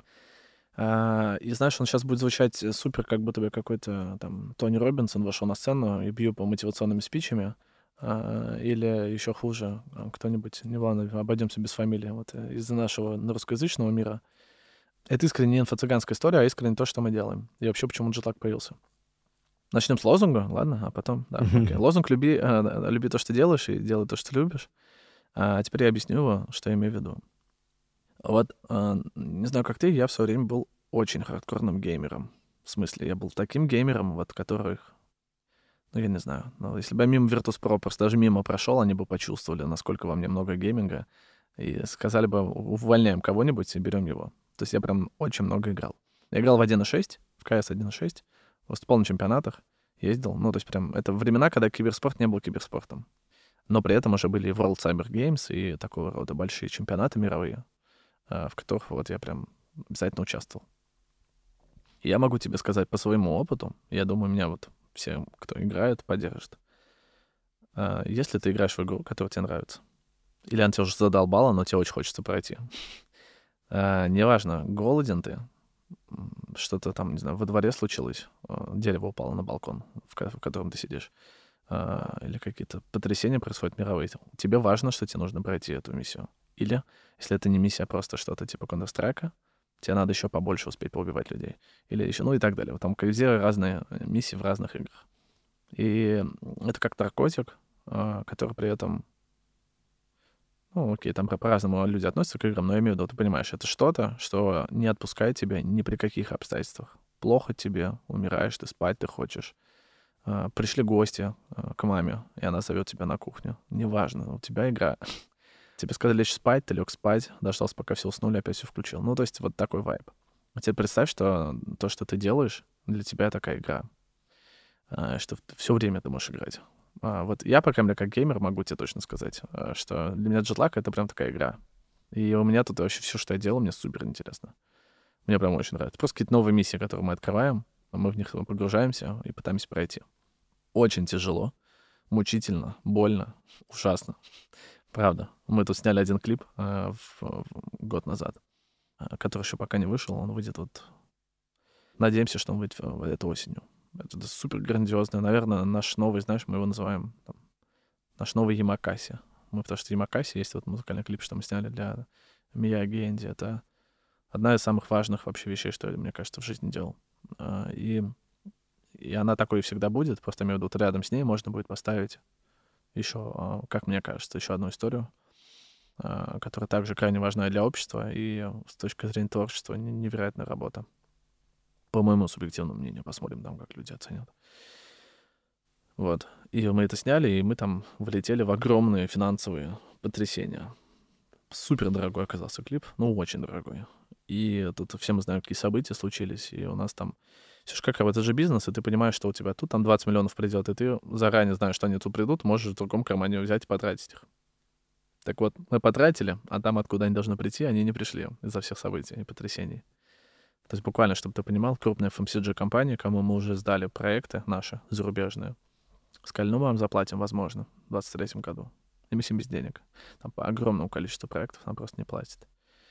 Speaker 2: И знаешь, он сейчас будет звучать супер, как будто бы какой-то там Тони Робинсон вошел на сцену и бью по мотивационными спичами. Или еще хуже, кто-нибудь, не ладно, обойдемся без фамилии, вот из нашего русскоязычного мира. Это искренне не инфо-цыганская история, а искренне то, что мы делаем. И вообще, почему джетлаг появился. Начнем с лозунга, ладно, а потом, да, окей. Лозунг люби, э, люби то, что делаешь, и делай то, что любишь. А теперь я объясню его, что я имею в виду. Вот, а, не знаю, как ты, я в свое время был очень хардкорным геймером. В смысле, я был таким геймером, вот которых, ну, я не знаю, ну, если бы я мимо Virtus.pro просто даже мимо прошел, они бы почувствовали, насколько во мне много гейминга, и сказали бы, увольняем кого-нибудь и берем его. То есть я прям очень много играл. Я играл в один и шесть, в си эс один и шесть, выступал на чемпионатах, ездил. Ну, то есть прям это времена, когда киберспорт не был киберспортом. Но при этом уже были и World Cyber Games, и такого рода большие чемпионаты мировые, а, в которых вот я прям обязательно участвовал. И я могу тебе сказать по своему опыту, я думаю, меня вот все, кто играет, поддержат. А, Если ты играешь в игру, которая тебе нравится, или она тебя уже задолбала, но тебе очень хочется пройти, а, неважно, голоден ты, м, что-то там, не знаю, во дворе случилось, а, дерево упало на балкон, в ко- в котором ты сидишь, а, или какие-то потрясения происходят мировые, тебе важно, что тебе нужно пройти эту миссию. Или, если это не миссия, а просто что-то типа Counter-Strike, тебе надо еще побольше успеть поубивать людей. Или еще, ну и так далее. Вот там везде разные э, миссии в разных играх. И это как наркотик, а, который при этом, ну, окей, там по- по-разному люди относятся к играм, но я имею в виду, ты понимаешь, это что-то, что не отпускает тебя ни при каких обстоятельствах. Плохо тебе, умираешь, ты спать ты хочешь. А, Пришли гости а, к маме, и она зовет тебя на кухню. Неважно, у тебя игра. Тебе сказали лечь спать, ты лег спать, дождался, пока все уснули, опять все включил. Ну, то есть вот такой вайб. А теперь представь, что то, что ты делаешь, для тебя такая игра, а, что все время ты можешь играть. А, Вот я, по крайней мере, как геймер могу тебе точно сказать, а, что для меня джетлаг — это прям такая игра. И у меня тут вообще все, что я делаю, мне супер интересно. Мне прям очень нравится. Просто какие-то новые миссии, которые мы открываем, а мы в них погружаемся и пытаемся пройти. Очень тяжело, мучительно, больно, ужасно. Правда. Мы тут сняли один клип а, в- в- год назад, а, который еще пока не вышел. Он выйдет вот... Надеемся, что он выйдет в- этой осенью. Это супер грандиозно. Наверное, наш новый, знаешь, мы его называем там, наш новый Ямакаси. Мы, потому что Ямакаси есть вот музыкальный клип, что мы сняли для Мияги Энди. Это одна из самых важных вообще вещей, что я, мне кажется, в жизни делал. А, И, и она такой всегда будет. Просто имею в виду, вот рядом с ней можно будет поставить еще, а, как мне кажется, еще одну историю, а, которая также крайне важна и для общества, и э, с точки зрения творчества не- невероятная работа. По моему субъективному мнению, посмотрим там, как люди оценят. Вот. И мы это сняли, и мы там влетели в огромные финансовые потрясения. Супер дорогой оказался клип, ну, очень дорогой. И тут все мы знаем, какие события случились, и у нас там... Все же как, это же бизнес, и ты понимаешь, что у тебя тут там двадцать миллионов придет, и ты заранее знаешь, что они тут придут, можешь в другом кармане взять и потратить их. Так вот, мы потратили, а там, откуда они должны прийти, они не пришли из-за всех событий и потрясений. То есть буквально, чтобы ты понимал, крупные эф эм си джи-компании, кому мы уже сдали проекты наши зарубежные, сказали, ну, мы вам заплатим, возможно, в двадцать третьем году. И мы всем без денег. Там по огромному количеству проектов нам просто не платят.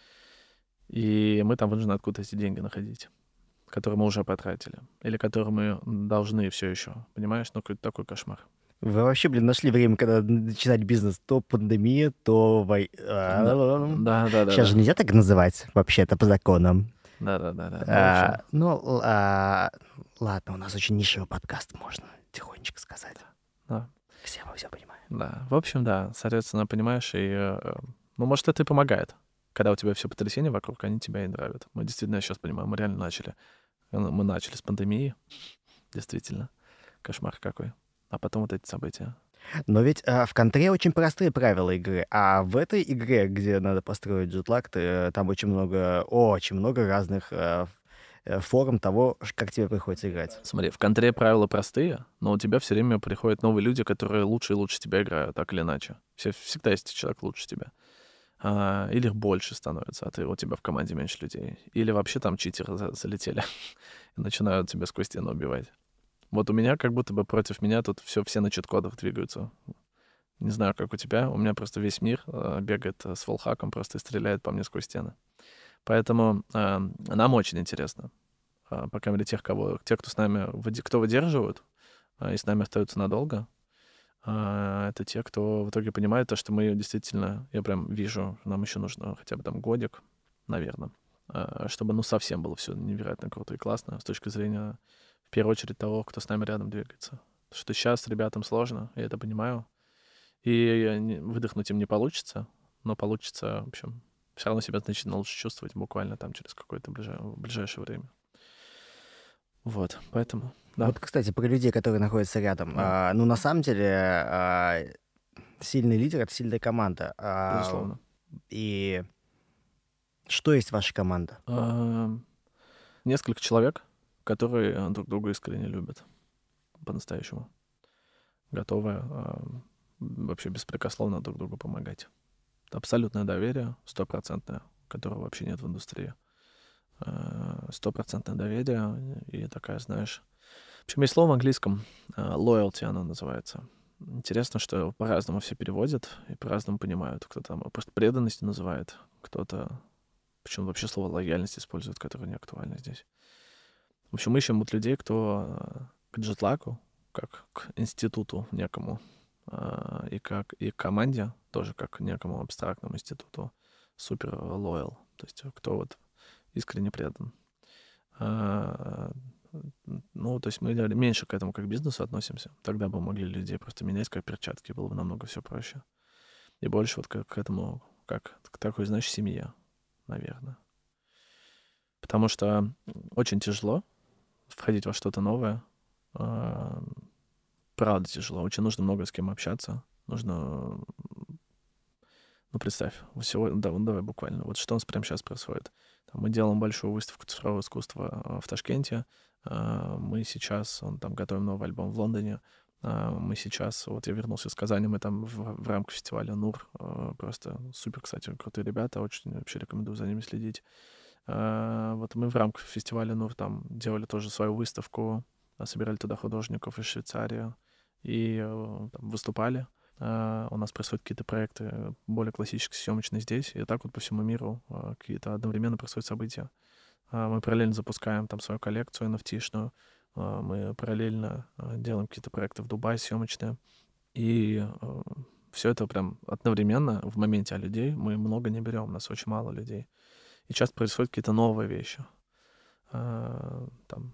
Speaker 2: И мы там вынуждены откуда эти деньги находить, которые мы уже потратили. Или которые мы должны все еще. Понимаешь? Ну, какой-то такой кошмар.
Speaker 1: Вы вообще, блин, нашли время, когда начинать бизнес. То пандемия, то вой...
Speaker 2: Да, да, да, да,
Speaker 1: Сейчас же
Speaker 2: да.
Speaker 1: нельзя так называть, вообще-то, по законам.
Speaker 2: Да, да, да, да. Ну, в общем,
Speaker 1: А, ну, л- а, ладно, у нас очень нишевый подкаст, можно тихонечко сказать.
Speaker 2: да.
Speaker 1: Все мы все понимаем.
Speaker 2: Да, в общем, да, соответственно, понимаешь, и, э, ну, может, это и помогает. Когда у тебя все потрясения вокруг, они тебя и нравят. Мы действительно, я сейчас понимаю, мы реально начали. э, Мы начали с пандемии, действительно. Кошмар какой. А потом вот эти события.
Speaker 1: Но ведь а, в контре очень простые правила игры, а в этой игре, где надо построить джетлаг, ты, э, там очень много, очень много разных э, ф- э, форм того, ш- как тебе приходится играть.
Speaker 2: Смотри, в контре правила простые, но у тебя все время приходят новые люди, которые лучше и лучше тебя играют, так или иначе. Все, всегда есть человек лучше тебя. А, или их больше становится, а ты, у тебя в команде меньше людей. Или вообще там читеры за- залетели и начинают тебя сквозь стену убивать. Вот у меня как будто бы против меня тут все, все на чит-кодах двигаются. Не знаю, как у тебя. У меня просто весь мир э, бегает э, с волхаком просто и стреляет по мне сквозь стены. Поэтому э, нам очень интересно. Э, по крайней мере, тех, кого, тех, кто с нами, выди- кто выдерживают э, и с нами остаются надолго, э, это те, кто в итоге понимает то, что мы действительно, я прям вижу, нам еще нужно хотя бы там годик, наверное, э, чтобы ну совсем было все невероятно круто и классно с точки зрения, в первую очередь, того, кто с нами рядом двигается. Потому что сейчас ребятам сложно, я это понимаю. И не- выдохнуть им не получится, но получится, в общем. все равно себя значительно лучше чувствовать буквально там через какое-то ближай... ближайшее время. Вот, поэтому, да.
Speaker 1: Вот, кстати, про людей, которые находятся рядом.
Speaker 2: Да.
Speaker 1: А, ну, на самом деле, а, сильный лидер — это сильная команда. А,
Speaker 2: Безусловно.
Speaker 1: и что есть ваша команда?
Speaker 2: А, Несколько человек, которые э, друг друга искренне любят по-настоящему. Готовы а, вообще беспрекословно друг другу помогать. Абсолютное доверие, стопроцентное, которого вообще нет в индустрии. А, Стопроцентное доверие и такая, знаешь... В общем, есть слово в английском, а, loyalty оно называется. Интересно, что по-разному все переводят и по-разному понимают. Кто-то там просто преданностью называет, кто-то... Почему вообще слово лояльность используют, которое не актуально здесь. В общем, мы ищем вот людей, кто а, к джетлагу, как к институту некому, а, и как и к команде, тоже как к некому абстрактному институту, супер лоял. То есть кто вот искренне предан. А, Ну, то есть мы меньше к этому как к бизнесу относимся. Тогда бы могли людей просто менять как перчатки, было бы намного все проще. И больше вот к, к этому, как к такой, знаешь, семье, наверное. Потому что очень тяжело входить во что-то новое. А, Правда тяжело. Очень нужно много с кем общаться. Нужно... Ну, представь, всего... Да, ну, давай буквально. Вот что у нас прямо сейчас происходит. Там мы делаем большую выставку цифрового искусства а, в Ташкенте. А, Мы сейчас он, там готовим новый альбом в Лондоне. А, Мы сейчас... Вот я вернулся из Казани. Мы там в, в рамках фестиваля «Нур». а, Просто супер, кстати, крутые ребята. Очень вообще рекомендую за ними следить. А, Вот мы в рамках фестиваля «Нур» там делали тоже свою выставку. а, Собирали туда художников из Швейцарии. И э, там выступали. А, У нас происходят какие-то проекты э, более классические, съемочные здесь. И так вот по всему миру а, какие-то одновременно происходят события. А, Мы параллельно запускаем там свою коллекцию эн эф ти-шную. А, Мы параллельно а, делаем какие-то проекты в Дубае съемочные. И все это прям одновременно в моменте. А людей мы много не берем, у нас очень мало людей. И часто происходят какие-то новые вещи. А, Там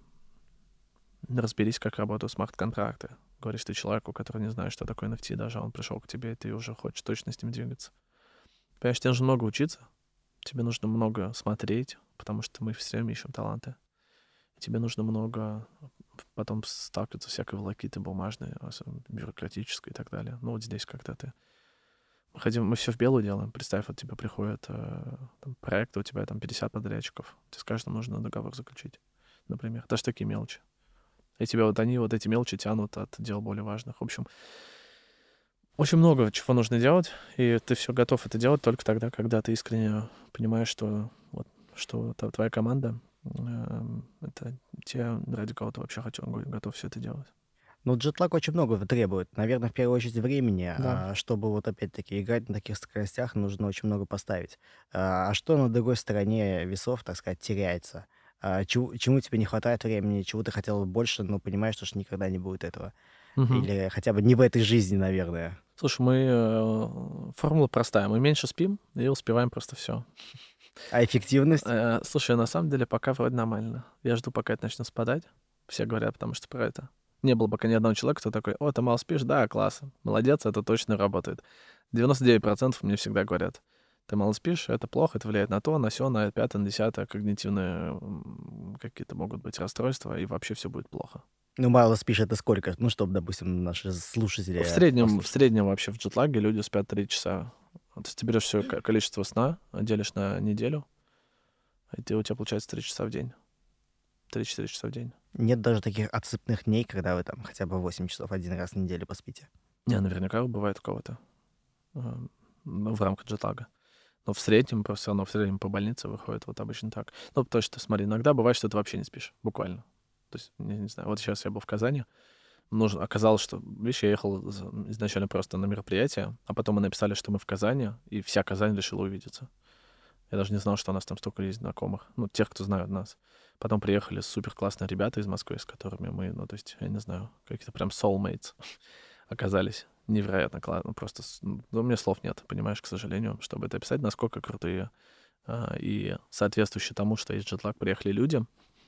Speaker 2: разберись, как работают смарт-контракты. Говоришь ты человеку, который не знает, что такое эн эф ти, даже он пришел к тебе, и ты уже хочешь точно с ним двигаться. Понимаешь, тебе нужно много учиться, тебе нужно много смотреть, потому что мы все время ищем таланты. И тебе нужно много потом сталкиваться с всякой волокитой бумажной, особенно бюрократической и так далее. Ну вот здесь когда ты... Мы, хотим, мы все в белую делаем. Представь, вот тебе приходит э, там, проект, у тебя там пятьдесят подрядчиков. Тебе с каждым нужно договор заключить, например. Даже такие мелочи. И тебя вот они, вот эти мелочи тянут от дел более важных. В общем, очень много чего нужно делать, и ты все готов это делать только тогда, когда ты искренне понимаешь, что, вот, что та- твоя команда э, это те, ради кого ты вообще хотел, готов все это делать.
Speaker 1: Ну, джетлаг очень много требует. Наверное, в первую очередь времени.
Speaker 2: Да.
Speaker 1: А, чтобы вот опять-таки играть на таких скоростях, нужно очень много поставить. А а что на другой стороне весов, так сказать, теряется? А, чему, чему тебе не хватает времени, чего ты хотел бы больше, но понимаешь, что ж никогда не будет этого?
Speaker 2: Мгм.
Speaker 1: Или хотя бы не в этой жизни, наверное.
Speaker 2: Слушай, мы... э, формула простая. Мы меньше спим и успеваем просто все.
Speaker 1: А эффективность?
Speaker 2: Слушай, на самом деле пока вроде нормально. Я жду, пока это начнет спадать. Все говорят, потому что про это. Не было пока ни одного человека, кто такой: о, ты мало спишь? Да, класс. Молодец, это точно работает. девяносто девять процентов мне всегда говорят: ты мало спишь, это плохо, это влияет на то, на сё, на пятое, на десятое, когнитивные м, какие-то могут быть расстройства, и вообще все будет плохо.
Speaker 1: Ну, мало спишь, это сколько? Ну, чтобы, допустим, наши слушатели
Speaker 2: В среднем, в
Speaker 1: послушали.
Speaker 2: среднем вообще в джетлаге люди спят три часа. То есть ты берешь все количество сна, делишь на неделю, и ты, у тебя получается три часа в день. три-четыре часа в день.
Speaker 1: Нет даже таких отсыпных дней, когда вы там хотя бы восемь часов один раз в неделю поспите.
Speaker 2: Не, наверняка бывает у кого-то а, ну, в рамках джетлага. Но в среднем, просто все равно в среднем по больнице выходит вот обычно так. Ну, потому что, смотри, иногда бывает, что ты вообще не спишь, буквально. То есть, не, не знаю, вот сейчас я был в Казани, нужно, оказалось, что, видишь, я ехал за- изначально просто на мероприятие, а потом мы написали, что мы в Казани, и вся Казань решила увидеться. Я даже не знал, что у нас там столько есть знакомых, ну, тех, кто знают нас. Потом приехали супер классные ребята из Москвы, с которыми мы, ну, то есть, я не знаю, какие-то прям soulmates оказались. Невероятно классно. Просто с- ну, у меня слов нет, понимаешь, к сожалению, чтобы это описать, насколько крутые а, и соответствующие тому, что есть джетлаг, приехали люди.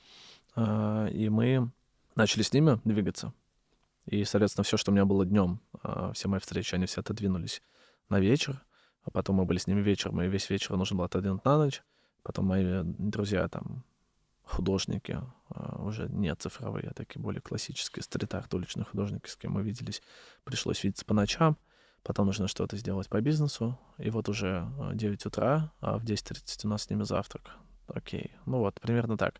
Speaker 2: А, и мы начали с ними двигаться. И, соответственно, все, что у меня было днем, все мои встречи, они все отодвинулись на вечер. А потом мы были с ними вечером, и весь вечер нужно было отодвинуть на ночь. Потом мои друзья там, художники, а, уже не цифровые, а такие более классические, стрит-арт, уличные художники, с кем мы виделись, пришлось видеться по ночам. Потом нужно что-то сделать по бизнесу. И вот уже а, девять утра, а в десять тридцать у нас с ними завтрак. Окей. Ну вот, примерно так.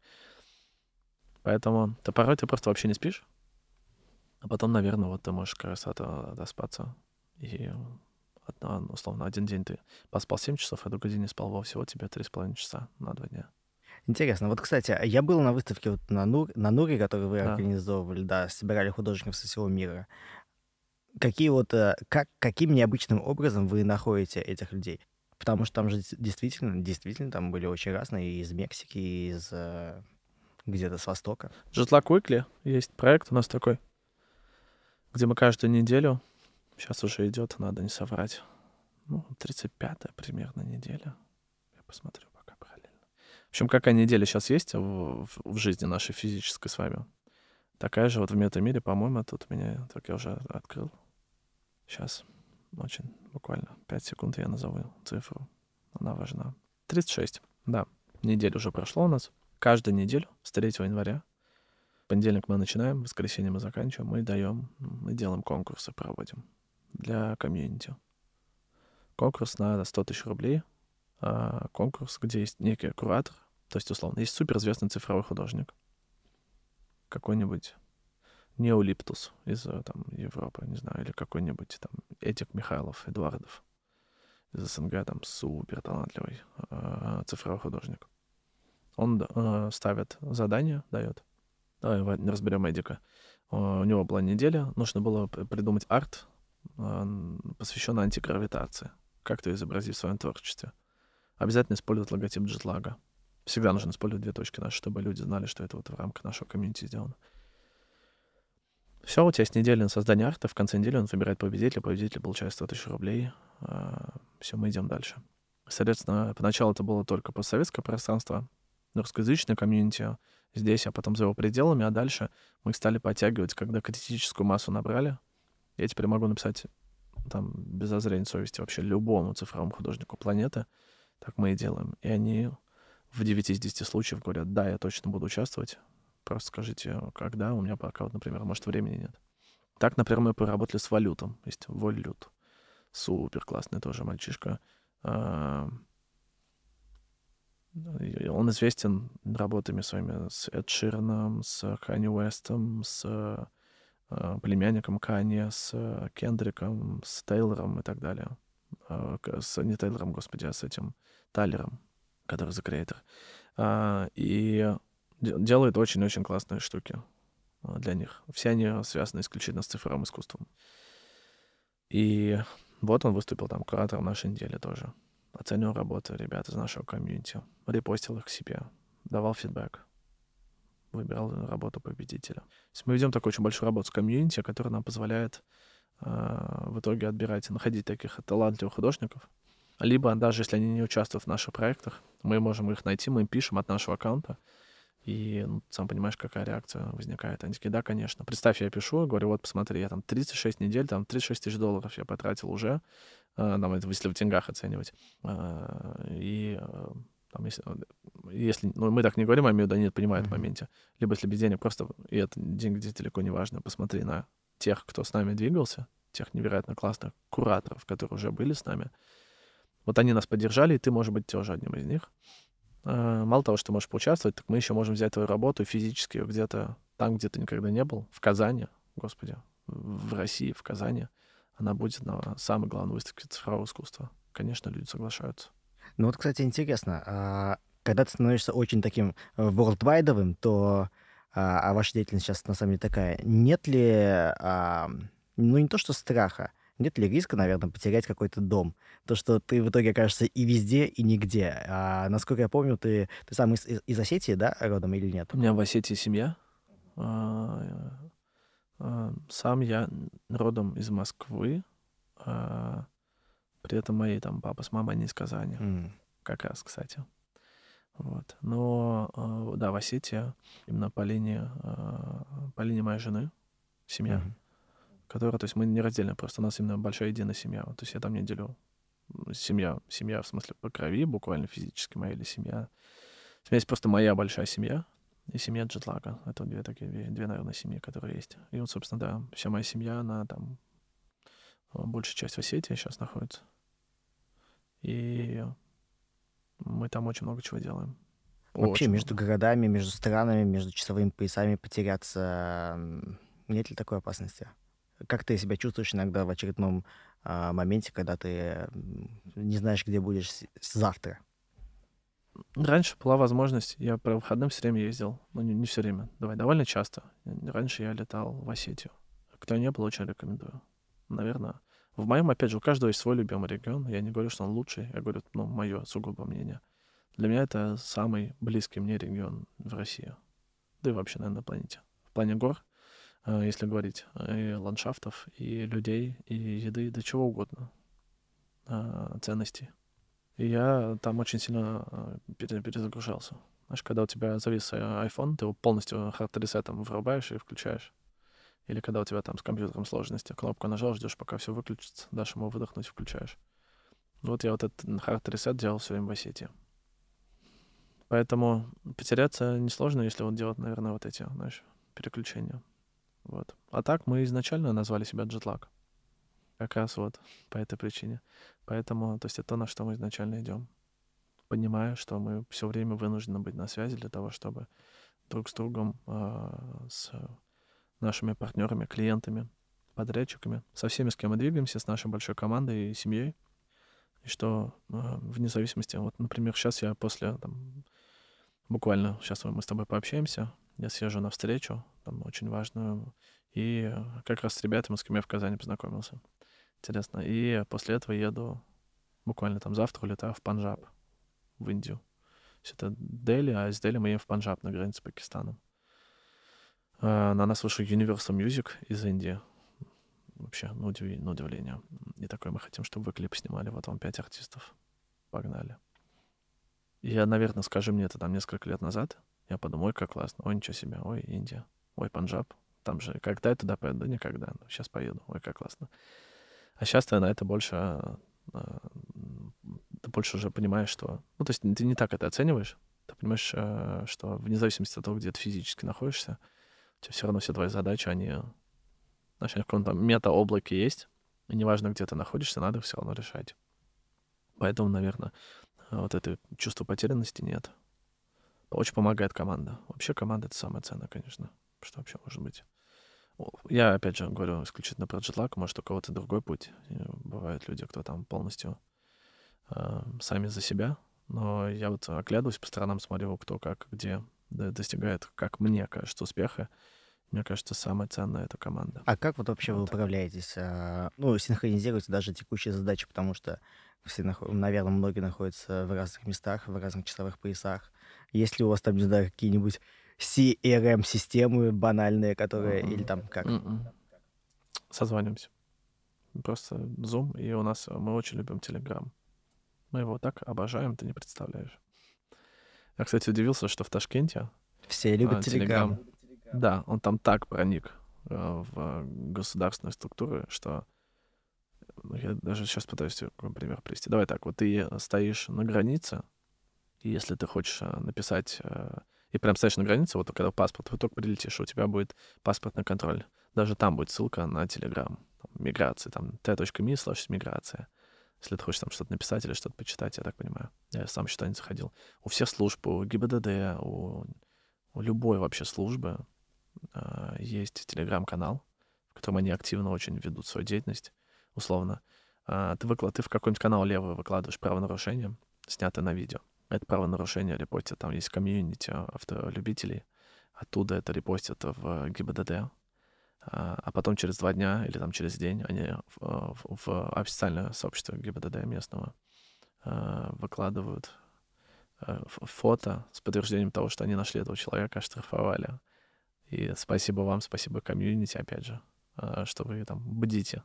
Speaker 2: Поэтому ты порой ты просто вообще не спишь. А потом, наверное, вот ты можешь как раз от- отоспаться. И одна- условно, один день ты поспал семь часов, а другой день не спал вовсе. Вот тебе три с половиной часа на два дня.
Speaker 1: Интересно. Вот, кстати, я был на выставке вот на Нур на Нуре, которую вы
Speaker 2: Да.
Speaker 1: организовывали, да, собирали художников со всего мира. Какие вот, э, как каким необычным образом вы находите этих людей? Потому что там же дес действительно действительно там были очень разные, и из Мексики, и из, э, где-то с Востока.
Speaker 2: Jetlag Weekly есть проект у нас такой, где мы каждую неделю, сейчас уже идет, надо не соврать, ну, тридцать пятая примерно неделя. Я посмотрю пока параллельно. В общем, какая неделя сейчас есть в, в- в жизни нашей физической с вами, такая же вот в метамире, по-моему, тут у меня, так я уже открыл. Сейчас, очень буквально пять секунд я назову цифру. Она важна. тридцать шесть, да. Неделя уже прошло у нас. Каждую неделю с третьего января. В понедельник мы начинаем, в воскресенье мы заканчиваем. Мы даем, мы делаем конкурсы, проводим для комьюнити. Конкурс на сто тысяч рублей. а, Конкурс, где есть некий куратор. То есть, условно, есть суперизвестный цифровой художник. Какой-нибудь Неолиптус из э, там, Европы, не знаю, или какой-нибудь там Эдик Михайлов, Эдуардов из СНГ, там супер талантливый э, цифровой художник. Он д- э, ставит задание, дает. Давай Вань, разберем Эдика. Э, У него была неделя, нужно было п- придумать арт, э, посвященный антигравитации. Как это изобразить в своем творчестве. Обязательно использовать логотип джетлага. Всегда нужно использовать две точки наши, чтобы люди знали, что это вот в рамках нашего комьюнити сделано. Все, у тебя есть неделя на создание арта, в конце недели он выбирает победителя, победитель получает сто тысяч рублей. Все, мы идем дальше. Соответственно, поначалу это было только постсоветское пространство, русскоязычное комьюнити здесь, а потом за его пределами, а дальше мы стали подтягивать, когда критическую массу набрали. Я теперь могу написать там без зазрения совести вообще любому цифровому художнику планеты, так мы и делаем. И они в девять из десяти случаев говорят, да, я точно буду участвовать, просто скажите, когда, у меня пока, вот, например, может, времени нет. Так, например, мы поработали с Валютом. Есть Волют. Супер классный тоже мальчишка. А, и Он известен работами своими с Эд Шираном, с Канье Уэстом, с а, племянником Канье, с Кендриком, с Тейлором и так далее. А, к- С, не Тейлором, господи, а с этим Тайлером, который за Creator. А, И де- делает очень-очень классные штуки а, для них. Все они связаны исключительно с цифровым искусством. И вот он выступил там куратором нашей недели тоже. Оценивал работы ребят из нашего комьюнити, репостил их к себе, давал фидбэк, выбирал работу победителя. То есть мы ведем такую очень большую работу с комьюнити, которая нам позволяет а, в итоге отбирать и находить таких талантливых художников. Либо даже если они не участвуют в наших проектах, мы можем их найти, мы им пишем от нашего аккаунта, и ну, сам понимаешь, какая реакция возникает. Они такие, да, конечно. Представь, я пишу, говорю, вот посмотри, я там тридцать шесть недель, там тридцать шесть тысяч долларов я потратил уже, а, там, это если в деньгах оценивать. А, И а, там, если, если, ну, мы так не говорим, а имею в виду, они это понимают в
Speaker 1: Мгм.
Speaker 2: моменте. Либо если без денег, просто, и это деньги здесь далеко не важно, посмотри на тех, кто с нами двигался, тех невероятно классных кураторов, которые уже были с нами. Вот они нас поддержали, и ты, может быть, тоже одним из них. А, Мало того, что ты можешь поучаствовать, так мы еще можем взять твою работу и физически её где-то там, где ты никогда не был, в Казани, господи, в России, в Казани. Она будет на самой главной выставке цифрового искусства. Конечно, люди соглашаются.
Speaker 1: Ну вот, кстати, интересно, а, когда ты становишься очень таким э, ворлдвайдовым, то, а, а ваша деятельность сейчас на самом деле такая, нет ли, а, ну не то что страха, нет ли риска, наверное, потерять какой-то дом? То, что ты в итоге окажешься и везде, и нигде. А, насколько я помню, ты, ты сам из, из, из Осетии, да, родом или нет?
Speaker 2: У меня в Осетии семья. а, а, Сам я родом из Москвы. а, При этом мои там папа с мамой, они из Казани.
Speaker 1: М,
Speaker 2: Как раз, кстати. Вот. Но, а, да, в Осетии именно по линии, а, по линии моей жены семья,
Speaker 1: мгм.
Speaker 2: которая, то есть мы не раздельно, просто у нас именно большая единая семья. Вот, то есть я там не делю семья, семья в смысле по крови, буквально физически моя или семья. У меня есть просто моя большая семья и семья джетлага. Это две такие, две, две, наверное, семьи, которые есть. И вот, собственно, да, вся моя семья, она там, э, большая часть в Осетии сейчас находится. И мы там очень много чего делаем.
Speaker 1: Вообще
Speaker 2: Очень
Speaker 1: между
Speaker 2: много.
Speaker 1: городами, между странами, между часовыми поясами потеряться, м, нет ли такой опасности? Как ты себя чувствуешь иногда в очередном а, моменте, когда ты м, не знаешь, где будешь с- с- завтра?
Speaker 2: Раньше была возможность, я по выходным все время ездил, ну не, не все время, давай, довольно часто. Раньше я летал в Осетию. Кто не был, очень рекомендую. Наверное, в моем, опять же, у каждого есть свой любимый регион. Я не говорю, что он лучший, я говорю, ну, мое сугубо мнение. Для меня это самый близкий мне регион в России, да и вообще, наверное, на планете. В плане гор, э, если говорить, э, и ландшафтов, и людей, и еды, да чего угодно, э, ценностей. И я там очень сильно э, пере- перезагружался. Знаешь, когда у тебя завис э, iPhone, ты его полностью хард-ресетом врубаешь и включаешь. Или когда у тебя там с компьютером сложности, кнопку нажал, ждешь, пока все выключится, дашь ему выдохнуть, включаешь. Вот я вот этот хард-ресет делал все время в Осетии. Поэтому потеряться несложно, если вот делать, наверное, вот эти, знаешь, переключения. Вот. А так мы изначально назвали себя джетлаг. Как раз вот по этой причине. Поэтому, то есть это то, на что мы изначально идем. Понимая, что мы все время вынуждены быть на связи для того, чтобы друг с другом, а, с нашими партнерами, клиентами, подрядчиками, со всеми, с кем мы двигаемся, с нашей большой командой и семьей. И что а, вне зависимости, вот, например, сейчас я после, там, буквально сейчас мы с тобой пообщаемся, я съезжу на встречу, там, очень важную, и э, как раз с ребятами, с кем я в Казани познакомился. Интересно. И после этого еду буквально там завтра улетаю в Панджаб, в Индию. То есть это Дели, а из Дели мы едем в Панджаб на границе с Пакистаном. А, На нас вышел Universal Music из Индии. Вообще, на удив- на удивление. И такой, мы хотим, чтобы вы клип снимали. Вот вам пять артистов. Погнали. И я, наверное, скажи мне это там несколько лет назад. Я подумал, ой, как классно. Ой, ничего себе. Ой, Индия. Ой, Панджаб. Там же, когда я туда поеду? Да никогда. Ну, сейчас поеду. Ой, как классно. А сейчас ты на это больше... а, а, м, Ты больше уже понимаешь, что... Ну, то есть ты не так это оцениваешь. Ты понимаешь, э, что вне зависимости от того, где ты физически находишься, у тебя все равно все твои задачи, они, знаешь, они в каком-то мета-облаке есть. И неважно, где ты находишься, надо их все равно решать. Поэтому, наверное, вот это чувство потерянности нет. Очень помогает команда. Вообще команда — это самое ценное, конечно, что вообще может быть. О, Я, опять же, говорю исключительно про джетлаг, может, у кого-то другой путь. И бывают люди, кто там полностью э, сами за себя. Но я вот оглядываюсь по сторонам, смотрю, кто как, где д- достигает, как мне кажется, успеха. Мне кажется, самое ценное — это команда.
Speaker 1: А как вот вообще вы
Speaker 2: Вот.
Speaker 1: управляетесь? а, Ну, синхронизируете даже текущие задачи, потому что все, наверное, многие находятся в разных местах, в разных часовых поясах. Есть ли у вас там, не знаю, какие-нибудь си эр эм-системы банальные, которые... Или
Speaker 2: М-м.
Speaker 1: там как?
Speaker 2: М-м. Созваниваемся. Просто Zoom, и у нас, э, мы очень любим Telegram. Мы его так обожаем, ты не представляешь. Я, кстати, удивился, что в Ташкенте
Speaker 1: Все любят
Speaker 2: а,
Speaker 1: Телеграм.
Speaker 2: Telegram, да, он там так проник э, в государственные структуры, что ну, я даже сейчас пытаюсь тебе какой пример привести. Давай так, вот ты стоишь на границе, и если ты хочешь э, написать, э, и прям стоишь на границе, вот когда паспорт, вот только прилетишь, у тебя будет паспортный контроль. Даже там будет ссылка на Telegram, там, миграции, там t.me слэш миграция. Если ты хочешь там что-то написать или что-то почитать, я так понимаю. Я сам считаю, не заходил. У всех служб, у ГИБДД, у, у любой вообще службы а, есть телеграм-канал, в котором они активно очень ведут свою деятельность, условно. А, ты, выкла- ты в какой-нибудь канал левый выкладываешь правонарушение, снятое на видео. Это правонарушение репостят, там есть комьюнити автолюбителей, оттуда это репостят в ГИБДД, а а потом через два дня или там через день они в, в- в официальное сообщество ГИБДД местного а, выкладывают э, ф- фото с подтверждением того, что они нашли этого человека, оштрафовали. И спасибо вам, спасибо комьюнити, опять же, а, что вы там бдите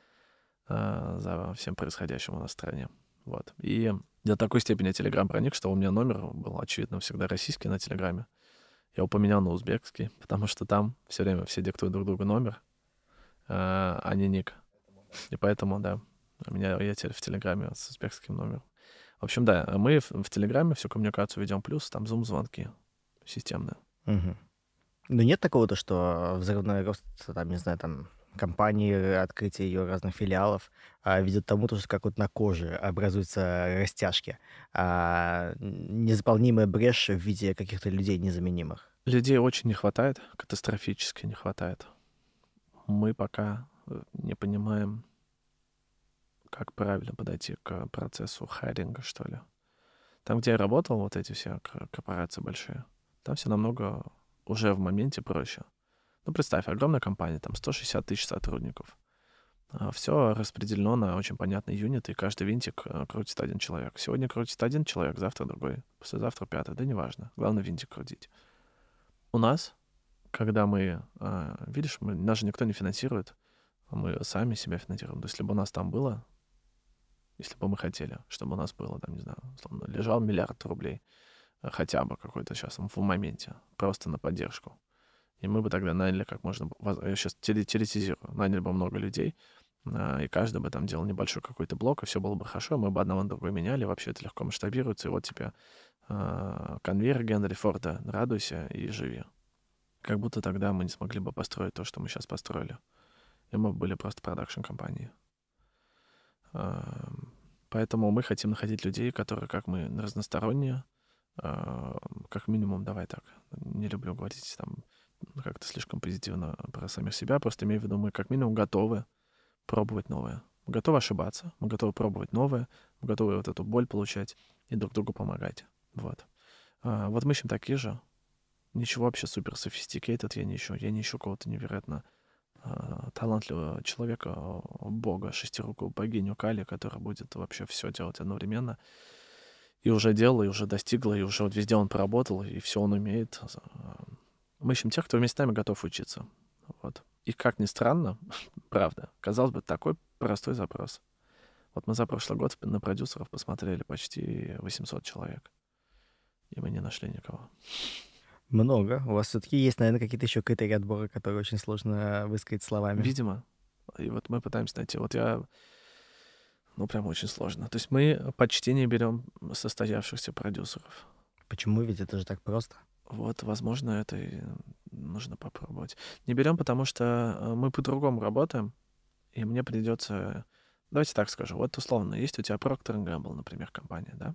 Speaker 2: а, за всем происходящим у нас в стране. Вот. И до такой степени Телеграм проник, что у меня номер был, очевидно, всегда российский на Телеграме. Я его поменял на узбекский, потому что там все время все диктуют друг другу номер, а а не ник. И поэтому, да. У меня я теперь в Телеграме с узбекским номером. В общем, да, мы в, в Телеграме всю коммуникацию ведем, плюс там зум-звонки системные.
Speaker 1: Мгм. Но нет такого-то, что взрывной рост, там, не знаю, там, компании, открытие ее разных филиалов а, ведет к тому, то, что как вот на коже образуются растяжки, а, н- незаполнимая брешь в виде каких-то людей незаменимых.
Speaker 2: Людей очень не хватает, катастрофически не хватает. Мы пока э, не понимаем, как правильно подойти к процессу хайринга, что ли. Там, где я работал, вот эти все к- корпорации большие, там все намного уже в моменте проще. Ну, представь, огромная компания, там сто шестьдесят тысяч сотрудников. Все распределено на очень понятные юниты, и каждый винтик э, крутит один человек. Сегодня крутит один человек, завтра другой, послезавтра пятый, да неважно. Главное винтик крутить. У нас, когда мы, а, видишь, мы, нас же никто не финансирует, а мы сами себя финансируем. То есть, если бы у нас там было, если бы мы хотели, чтобы у нас было, там, не знаю, условно, лежал миллиард рублей, э, хотя бы какой-то сейчас в моменте, просто на поддержку. И мы бы тогда наняли как можно... б- воз- Я сейчас теоретизирую. Наняли бы много людей, а, и каждый бы там делал небольшой какой-то блок, и все было бы хорошо, мы бы одного на другой меняли, вообще это легко масштабируется, и вот тебе а, конвейер Генри Форда, радуйся и живи. Как будто тогда мы не смогли бы построить то, что мы сейчас построили. И мы были просто продакшн-компанией. А, Поэтому мы хотим находить людей, которые, как мы, разносторонние, а, как минимум, давай так, не люблю говорить там как-то слишком позитивно про самих себя, просто имею в виду, мы как минимум готовы пробовать новое. Мы готовы ошибаться, мы готовы пробовать новое, мы готовы вот эту боль получать и друг другу помогать. Вот. А, вот мы ищем такие же. Ничего вообще супер sophisticated я не ищу. Я не ищу кого-то невероятно а, талантливого человека, а, бога, шестирукую богиню Кали, которая будет вообще все делать одновременно. И уже делала, и уже достигла, и уже вот везде он поработал, и все он умеет. А, Мы ищем тех, кто вместе с нами готов учиться. Вот. И как ни странно, правда, казалось бы, такой простой запрос. Вот мы за прошлый год на продюсеров посмотрели почти восемьсот человек, и мы не нашли никого.
Speaker 1: Много. У вас все-таки есть, наверное, какие-то еще критерии отбора, которые очень сложно высказать словами.
Speaker 2: Видимо. И вот мы пытаемся найти. Вот я, ну, прям очень сложно. То есть мы почти не берем состоявшихся продюсеров.
Speaker 1: Почему? Ведь это же так просто.
Speaker 2: Вот, возможно, это и нужно попробовать. Не берем, потому что э, мы по-другому работаем, и мне придется... Давайте так скажу. Вот условно, есть у тебя Procter энд Gamble, например, компания, да?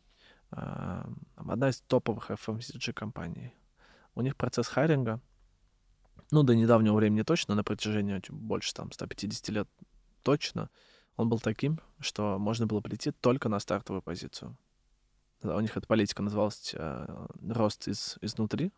Speaker 2: А, там одна из топовых эф эм си джи компаний. У них процесс хайринга, ну, до недавнего времени точно, на протяжении чуть больше там ста пятидесяти лет точно, он был таким, что можно было прийти только на стартовую позицию. Да, у них эта политика называлась э, рост из, изнутри,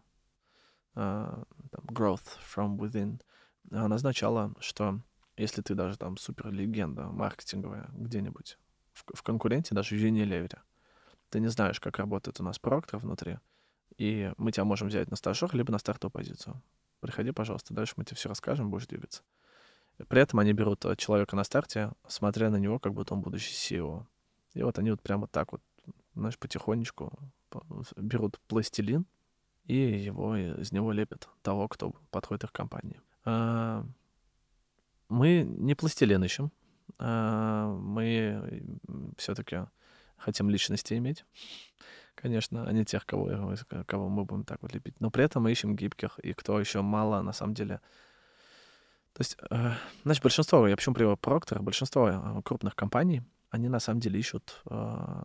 Speaker 2: э, там, growth from within. Она означала, что если ты даже там супер легенда маркетинговая где-нибудь в, в конкуренте, даже в Unilever, ты не знаешь, как работает у нас Procter внутри, и мы тебя можем взять на стажер, либо на стартовую позицию. Приходи, пожалуйста, дальше мы тебе все расскажем, будешь двигаться. При этом они берут э, человека на старте, смотря на него, как будто он будущий си и о. И вот они вот прямо так вот, знаешь, потихонечку по- берут пластилин, и его, из него лепят того, кто подходит их компании. А, Мы не пластилин ищем. А, Мы все-таки хотим личности иметь, конечно, а не тех, кого, кого мы будем так вот лепить. Но при этом мы ищем гибких, и кто еще мало, на самом деле. То есть, э, знаешь, большинство, я почему привел Procter, большинство э, крупных компаний, они на самом деле ищут э,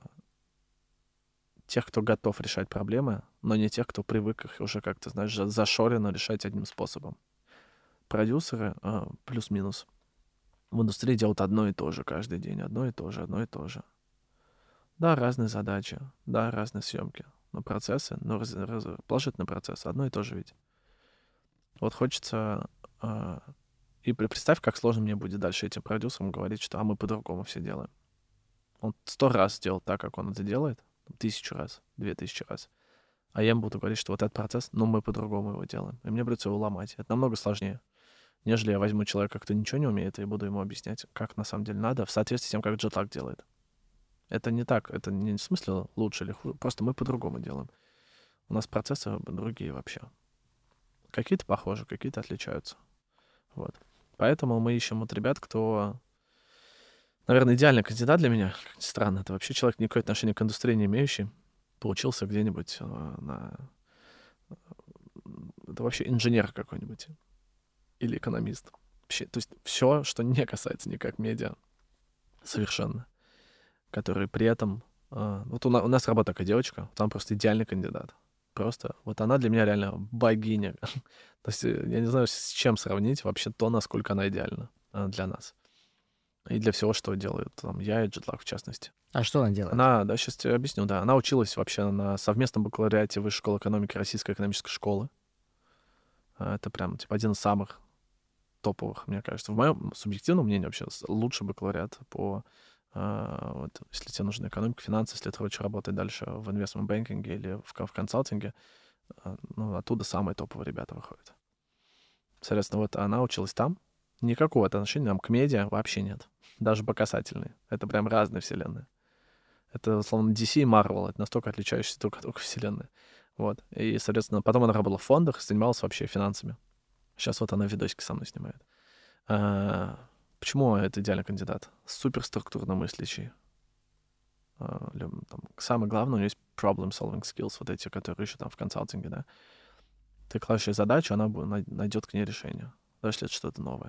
Speaker 2: тех, кто готов решать проблемы, но не тех, кто привык их уже как-то, знаешь, за- зашоренно решать одним способом. Продюсеры, э, плюс-минус, в индустрии делают одно и то же каждый день, одно и то же, одно и то же. Да, разные задачи, да, разные съемки, но процессы, но раз, раз- положительный процесс, одно и то же ведь. Вот хочется... э, и при- представь, как сложно мне будет дальше этим продюсерам говорить, что а мы по-другому все делаем. Он сто раз сделал так, как он это делает, тысячу раз, две тысячи раз. А я им буду говорить, что вот этот процесс, ну, мы по-другому его делаем. И мне придется его ломать. Это намного сложнее, нежели я возьму человека, кто ничего не умеет, и буду ему объяснять, как на самом деле надо, в соответствии с тем, как Jetlag делает. Это не так, это не в смысле лучше или хуже, просто мы по-другому делаем. У нас процессы другие вообще. Какие-то похожи, какие-то отличаются. Вот. Поэтому мы ищем вот ребят, кто Наверное, идеальный кандидат для меня, как ни странно, это вообще человек, никакое отношение к индустрии не имеющий, поучился где-нибудь э, на... Это вообще инженер какой-нибудь или экономист. Вообще, то есть все, что не касается никак медиа, совершенно. Который при этом... э, вот у, на- у нас работает такая девочка, там просто идеальный кандидат. Просто вот она для меня реально богиня. То есть э, я не знаю, с чем сравнить вообще то, насколько она идеальна э, для нас. И для всего, что делают там я и Джетлаг в частности.
Speaker 1: А что она делает?
Speaker 2: Она, да, сейчас тебе объясню, да. Она училась вообще на совместном бакалавриате Высшей школы экономики Российской экономической школы. А, Это прям, типа, один из самых топовых, мне кажется. В моем субъективном мнении вообще с- лучший бакалавриат по... а, вот, если тебе нужна экономика, финансы, если ты хочешь работать дальше в инвестмент-бэнкинге или в, ко- в консалтинге, а, ну, оттуда самые топовые ребята выходят. Соответственно, вот она училась там. Никакого отношения нам к медиа вообще нет. Даже по касательной. Это прям разные вселенные. Это, условно, ди си и Marvel. Это настолько отличающиеся друг от друга вселенные. Вот. И, соответственно, потом она работала в фондах, занималась вообще финансами. Сейчас вот она видосики со мной снимает. А, Почему это идеальный кандидат? Суперструктурно мыслящий. А, люб- там, самое главное, у нее есть problem-solving skills, вот эти, которые еще там в консалтинге, да. Ты кладешь ей задачу, она бу- най- найдет к ней решение. Даже если это что-то новое.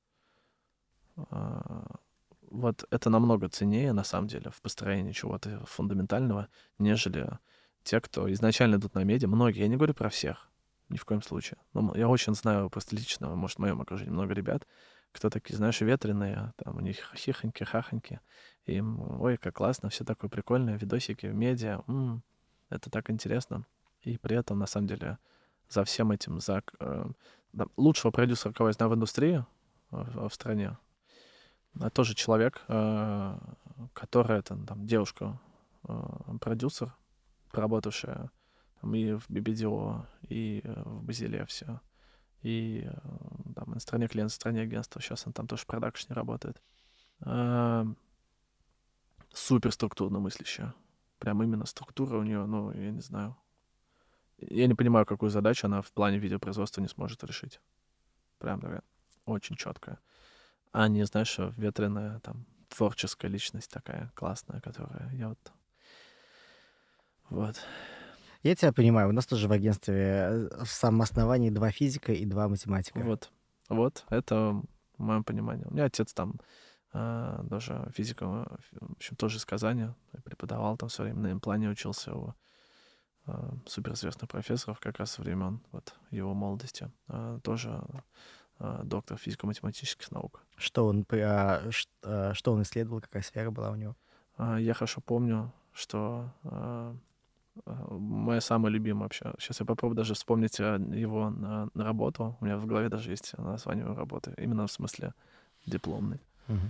Speaker 2: А, Вот это намного ценнее, на самом деле, в построении чего-то фундаментального, нежели те, кто изначально идут на медиа. Многие, я не говорю про всех, ни в коем случае. Но м- я очень знаю просто лично, может, в моем окружении много ребят, кто такие, знаешь, ветреные, там у них хихоньки, хахоньки, и им, ой, как классно, все такое прикольное, видосики, медиа, м, это так интересно. И при этом, на самом деле, за всем этим, за э, да, лучшего продюсера, кого я знаю в индустрии, э, в в стране, а тоже человек, э, которая там, там девушка, э, продюсер, проработавшая там, и в би би ди о, и э, в Базилевсе, и э, там на стороне клиента, на стороне агентства. Сейчас она там тоже в продакшне работает. Э, Супер структурно мыслящая. Прям именно структура у нее, ну, я не знаю. Я не понимаю, какую задачу она в плане видеопроизводства не сможет решить. Прям такая очень четкая. А не, знаешь, ветреная там творческая личность такая классная, которая я вот... Вот.
Speaker 1: Я тебя понимаю, у нас тоже в агентстве э, в самом основании два физика и два математика.
Speaker 2: Вот. Вот. Это мое понимание. У меня отец там а, даже физиком, э, в общем, тоже из Казани. Преподавал там все время, на имплане учился у а, суперизвестных профессоров как раз со времен вот его молодости. А, тоже а, доктор физико-математических наук.
Speaker 1: Что он, при- а, ш- а, что он исследовал, какая сфера была у него?
Speaker 2: А, Я хорошо помню, что а, а, моя самая любимая вообще. Сейчас я попробую даже вспомнить а, его на, на работу. У меня в голове даже есть название его работы. Именно в смысле дипломный.
Speaker 1: Мгм.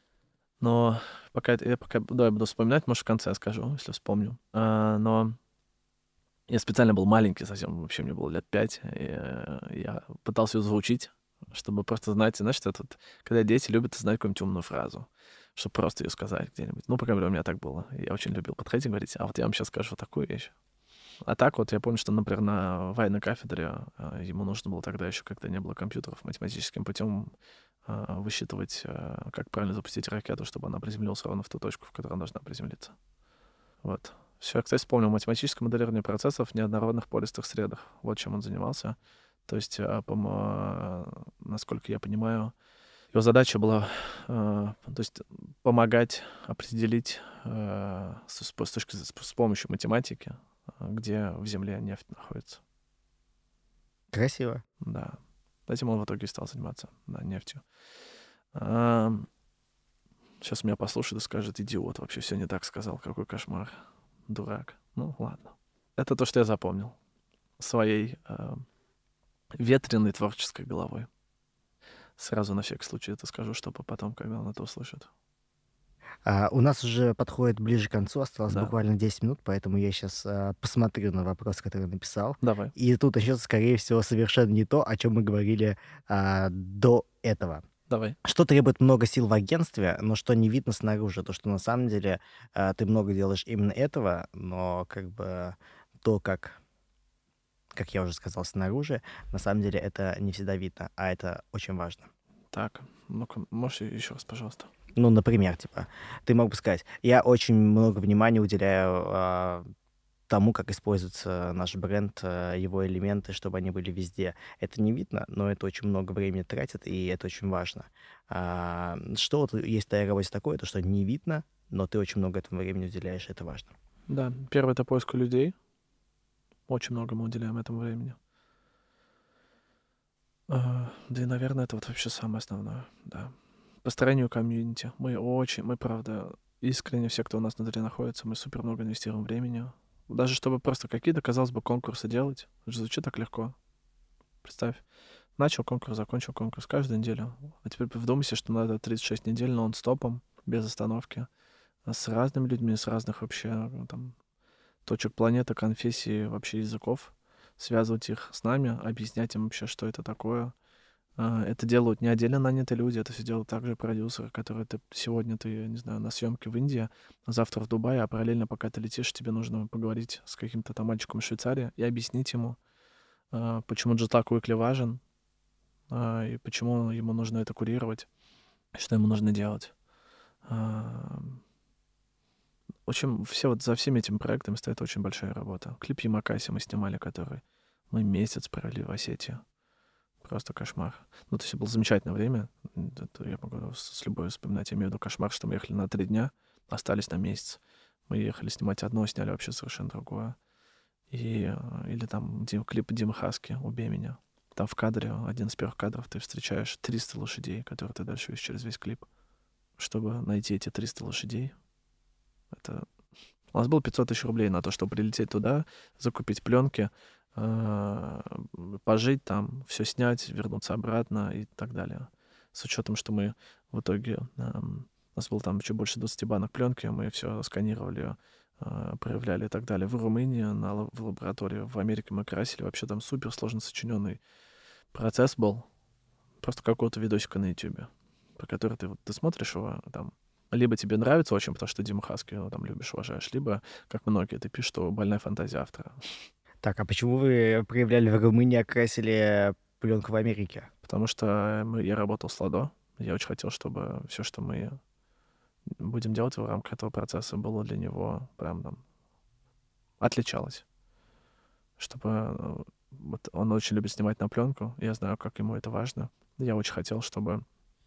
Speaker 2: Но пока это, я пока давай буду вспоминать, может, в конце скажу, если вспомню. А, но я специально был маленький совсем, вообще мне было лет пять, и э, я пытался ее заучить, чтобы просто знать, знаешь, это вот, когда дети любят знать какую-нибудь умную фразу, чтобы просто ее сказать где-нибудь. Ну, по крайней мере, у меня так было. Я очень любил подходить и говорить, а вот я вам сейчас скажу вот такую вещь. А так вот я помню, что, например, на военной кафедре а, ему нужно было тогда еще, когда не было компьютеров, математическим путем а, высчитывать, а, как правильно запустить ракету, чтобы она приземлилась ровно в ту точку, в которой она должна приземлиться. Вот. Все, я, кстати, вспомнил математическое моделирование процессов в неоднородных пористых средах. Вот чем он занимался. То есть, а, по мо- насколько я понимаю, его задача была а, то есть, помогать определить а, с, с с точки с, с помощью математики, а, где в Земле нефть находится.
Speaker 1: Красиво.
Speaker 2: Да. Этим он в итоге и стал заниматься, да, нефтью. А, Сейчас меня послушает и скажет, идиот, вообще все не так сказал, какой кошмар, дурак. Ну, ладно. Это то, что я запомнил своей а, ветреной творческой головой. Сразу на всякий случай это скажу, чтобы потом, когда он это услышит.
Speaker 1: А, у нас уже подходит ближе к концу, осталось
Speaker 2: Да,
Speaker 1: буквально десять минут, поэтому я сейчас посмотрю на вопрос, который написал.
Speaker 2: давай,
Speaker 1: И тут начнется, скорее всего, совершенно не то, о чем мы говорили а, до этого.
Speaker 2: давай.
Speaker 1: Что требует много сил в агентстве, но что не видно снаружи, то, что на самом деле а, ты много делаешь именно этого, но как бы то, как, как я уже сказал, снаружи, на самом деле это не всегда видно, а это очень важно.
Speaker 2: Так, ну-ка, можешь еще раз, пожалуйста?
Speaker 1: Ну, например, типа, ты мог бы сказать: "Я очень много внимания уделяю, а, тому, как используется наш бренд, а, его элементы, чтобы они были везде". Это не видно, но это очень много времени тратит, и это очень важно. А, что вот есть в твоей работе такое, то, что не видно, но ты очень много этому времени уделяешь, это важно?
Speaker 2: Да, первое — это поиск людей. Очень много мы уделяем этому времени. А, да и, наверное, это вот вообще самое основное, да. Построению комьюнити. Мы очень, мы, правда, искренне, все, кто у нас внутри находится, мы супер много инвестируем времени. Даже чтобы просто какие-то, казалось бы, конкурсы делать. Это же звучит так легко. Представь, начал конкурс, закончил конкурс каждую неделю. А теперь вдумайся, что надо тридцать шесть недель нон-стопом, без остановки, а с разными людьми, с разных вообще ну, там точек планеты, конфессий, вообще языков, связывать их с нами, объяснять им вообще, что это такое. А, Это делают не отдельно нанятые люди, это все делают также продюсеры, которые ты сегодня ты, не знаю, на съемке в Индии, а завтра в Дубае, а параллельно, пока ты летишь, тебе нужно поговорить с каким-то там мальчиком из Швейцарии и объяснить ему, а, почему джетлаг Уикли важен, а, и почему ему нужно это курировать, что ему нужно делать. А, В общем, все вот за всеми этими проектами стоит очень большая работа. Клип Ямакаси мы снимали, который мы месяц провели в Осетии. Просто кошмар. Ну, то есть это было замечательное время. М, Это я могу с с любовью вспоминать. Я имею в виду кошмар, что мы ехали на три дня, остались на месяц. Мы ехали снимать одно, сняли вообще совершенно другое. И, э, или там Дим, клип Димы Хаски «Убей меня». Там в кадре, один из первых кадров, ты встречаешь триста лошадей, которые ты дальше видишь через весь клип. Чтобы найти эти триста лошадей, это... У нас было пятьсот тысяч рублей на то, чтобы прилететь туда, закупить пленки, а, пожить там, все снять, вернуться обратно и так далее. С учетом, что мы в итоге... ам, У нас было там чуть больше двадцати банок пленки, мы все сканировали, а, проявляли и так далее. В Румынии, на, ла- в лаборатории, в Америке мы красили. Вообще там супер сложно сочиненный процесс был. Просто какого-то видосика на Ютубе, про который ты, вот, ты смотришь его, там, либо тебе нравится очень, потому что Дима Хаски, ну, там, любишь, уважаешь, либо, как многие, ты пишешь, что больная фантазия автора.
Speaker 1: Так, а почему вы проявляли в Румынии, окрасили пленку в Америке?
Speaker 2: Потому что мы, я работал с Ладо, я очень хотел, чтобы все, что мы будем делать в рамках этого процесса, было для него прям там отличалось. Чтобы э, вот он очень любит снимать на пленку, я знаю, как ему это важно. Я очень хотел, чтобы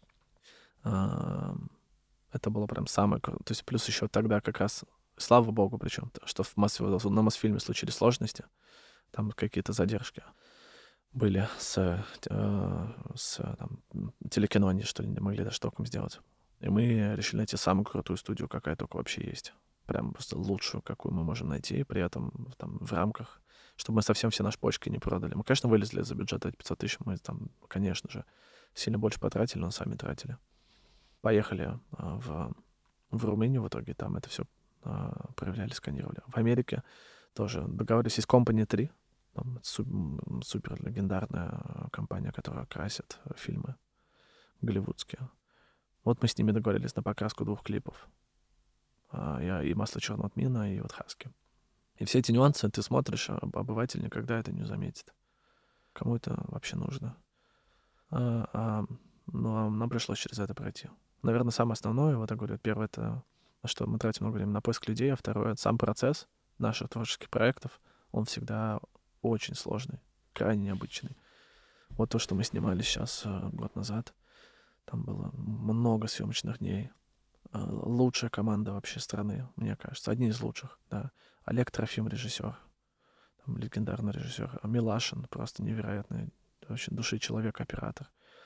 Speaker 2: а, это было прям самое крутое. То есть плюс еще тогда как раз, слава богу, причем, что в Мосфи- на Мосфильме случились сложности, там какие-то задержки были с, э, с там, м, телекино, они что ли не могли даже толком сделать. И мы решили найти самую крутую студию, какая только вообще есть. Прям просто лучшую, какую мы можем найти, при этом там в рамках, чтобы мы совсем все наши почки не продали. Мы, конечно, вылезли за бюджет эти пятьсот тысяч, мы там, конечно же, сильно больше потратили, но сами тратили. Поехали а, в, в Румынию в итоге, там это все проявляли, сканировали. В Америке тоже договорились, есть Company три, там су- м, супер легендарная компания, которая красит фильмы голливудские. Вот мы с ними договорились на покраску двух клипов. А, я и «Масло черного тмина», и вот «Хаски». И все эти нюансы ты смотришь, а об- обыватель никогда это не заметит. Кому это вообще нужно? А, а, ну, а нам пришлось через это пройти. Наверное, самое основное, вот я говорю, первое — это на что мы тратим много времени на поиск людей, а второе — это сам процесс наших творческих проектов. Он всегда очень сложный, крайне необычный. Вот то, что мы снимали сейчас э, год назад, там было много съемочных дней. Э, Лучшая команда вообще страны, мне кажется, одни из лучших, да. Олег Трофим, режиссер, там легендарный режиссер. А Милашин, просто невероятный, вообще души человек, оператор.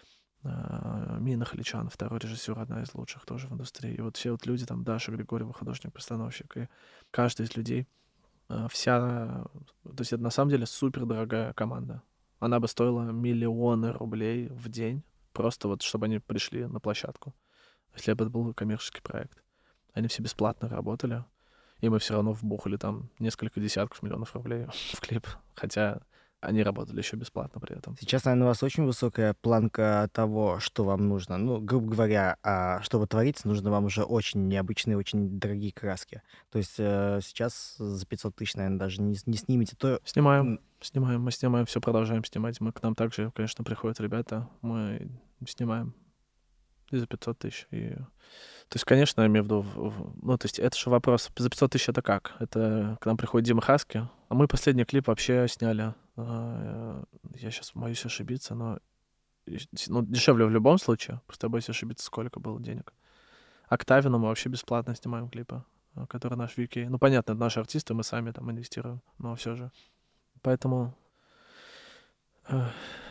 Speaker 2: А, Мина Халичан, второй режиссер, одна из лучших тоже в индустрии. И вот все вот люди, там, Даша Григорьева, художник-постановщик, и каждый из людей, а, вся... То есть это на самом деле супер дорогая команда. Она бы стоила миллионы рублей в день, просто вот чтобы они пришли на площадку, если бы это был коммерческий проект. Они все бесплатно работали, и мы все равно вбухали там несколько десятков миллионов рублей в клип, хотя они работали еще бесплатно при этом.
Speaker 1: Сейчас, наверное, у вас очень высокая планка того, что вам нужно. Ну, грубо говоря, а, чтобы творить, нужно вам уже очень необычные, очень дорогие краски. То есть э, сейчас за пятьсот тысяч, наверное, даже не, с- не снимете то...
Speaker 2: Снимаем,
Speaker 1: м,
Speaker 2: снимаем, мы снимаем, все продолжаем снимать. Мы к нам также, конечно, приходят ребята, мы снимаем. И за пятьсот тысяч. И... То есть, конечно, я имею в виду... в- в- Ну, то есть, это же вопрос. За пятьсот тысяч это как? Это к нам приходит Дима Хаски, а мы последний клип вообще сняли. а, Я сейчас боюсь ошибиться, но... и- Ну, дешевле в любом случае. Просто я боюсь ошибиться, сколько было денег. Октавину мы вообще бесплатно снимаем клипы, а, который наш ви кей. Ну, понятно, это наши артисты, мы сами там инвестируем, но все же. Поэтому э,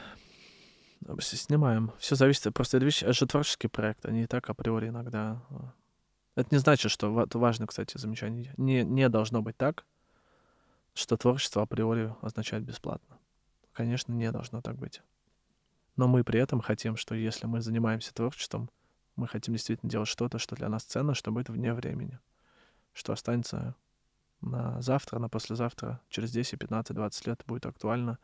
Speaker 2: с- снимаем. Все зависит. Просто это, видишь, это же творческий проект, они и так априори иногда. э. Это не значит, что... ва- Это важно, кстати, замечание. Не, не должно быть так, что творчество априори означает бесплатно. Конечно, не должно так быть. Но мы при этом хотим, что если мы занимаемся творчеством, мы хотим действительно делать что-то, что для нас ценно, что будет вне времени, что останется на завтра, на послезавтра, через десять, пятнадцать, двадцать лет будет актуально,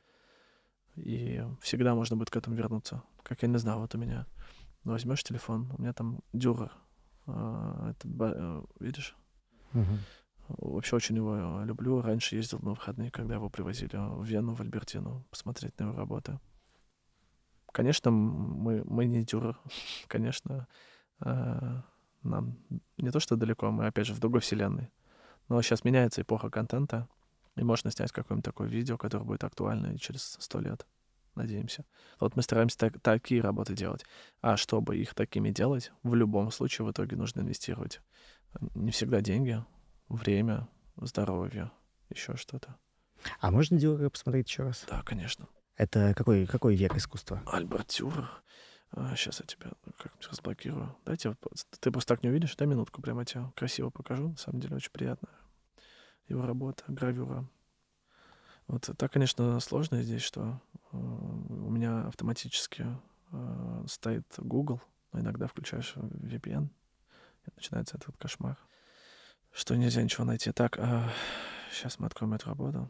Speaker 2: и всегда можно будет к этому вернуться. Как я не знаю, вот у меня возьмешь телефон, у меня там Дюрер, а, это, ба- э, видишь,
Speaker 1: Мгм.
Speaker 2: вообще очень его люблю. Раньше ездил на выходные, когда его привозили в Вену, в Альбертину, посмотреть на его работы. Конечно, м, мы, мы не Дюрер, конечно, а, нам не то что далеко, мы опять же в другой вселенной. Но сейчас меняется эпоха контента, и можно снять какое-нибудь такое видео, которое будет актуально и через сто лет, надеемся. Вот мы стараемся так- такие работы делать. А чтобы их такими делать, в любом случае в итоге нужно инвестировать. Не всегда деньги, время, здоровье, еще что-то.
Speaker 1: А можно Дюрера посмотреть еще раз?
Speaker 2: Да, конечно.
Speaker 1: Это какой, какой век искусства?
Speaker 2: Альберт Дюрер. Сейчас я тебя как-нибудь разблокирую. Дайте, вот по- ты просто так не увидишь. Дай минутку, прямо я тебе красиво покажу. На самом деле очень приятно. Его работа, гравюра. Вот так, конечно, сложно здесь, что э, у меня автоматически э, стоит Google, но иногда включаешь ви пи эн, и начинается этот кошмар, что нельзя ничего найти. Так, сейчас мы откроем эту работу.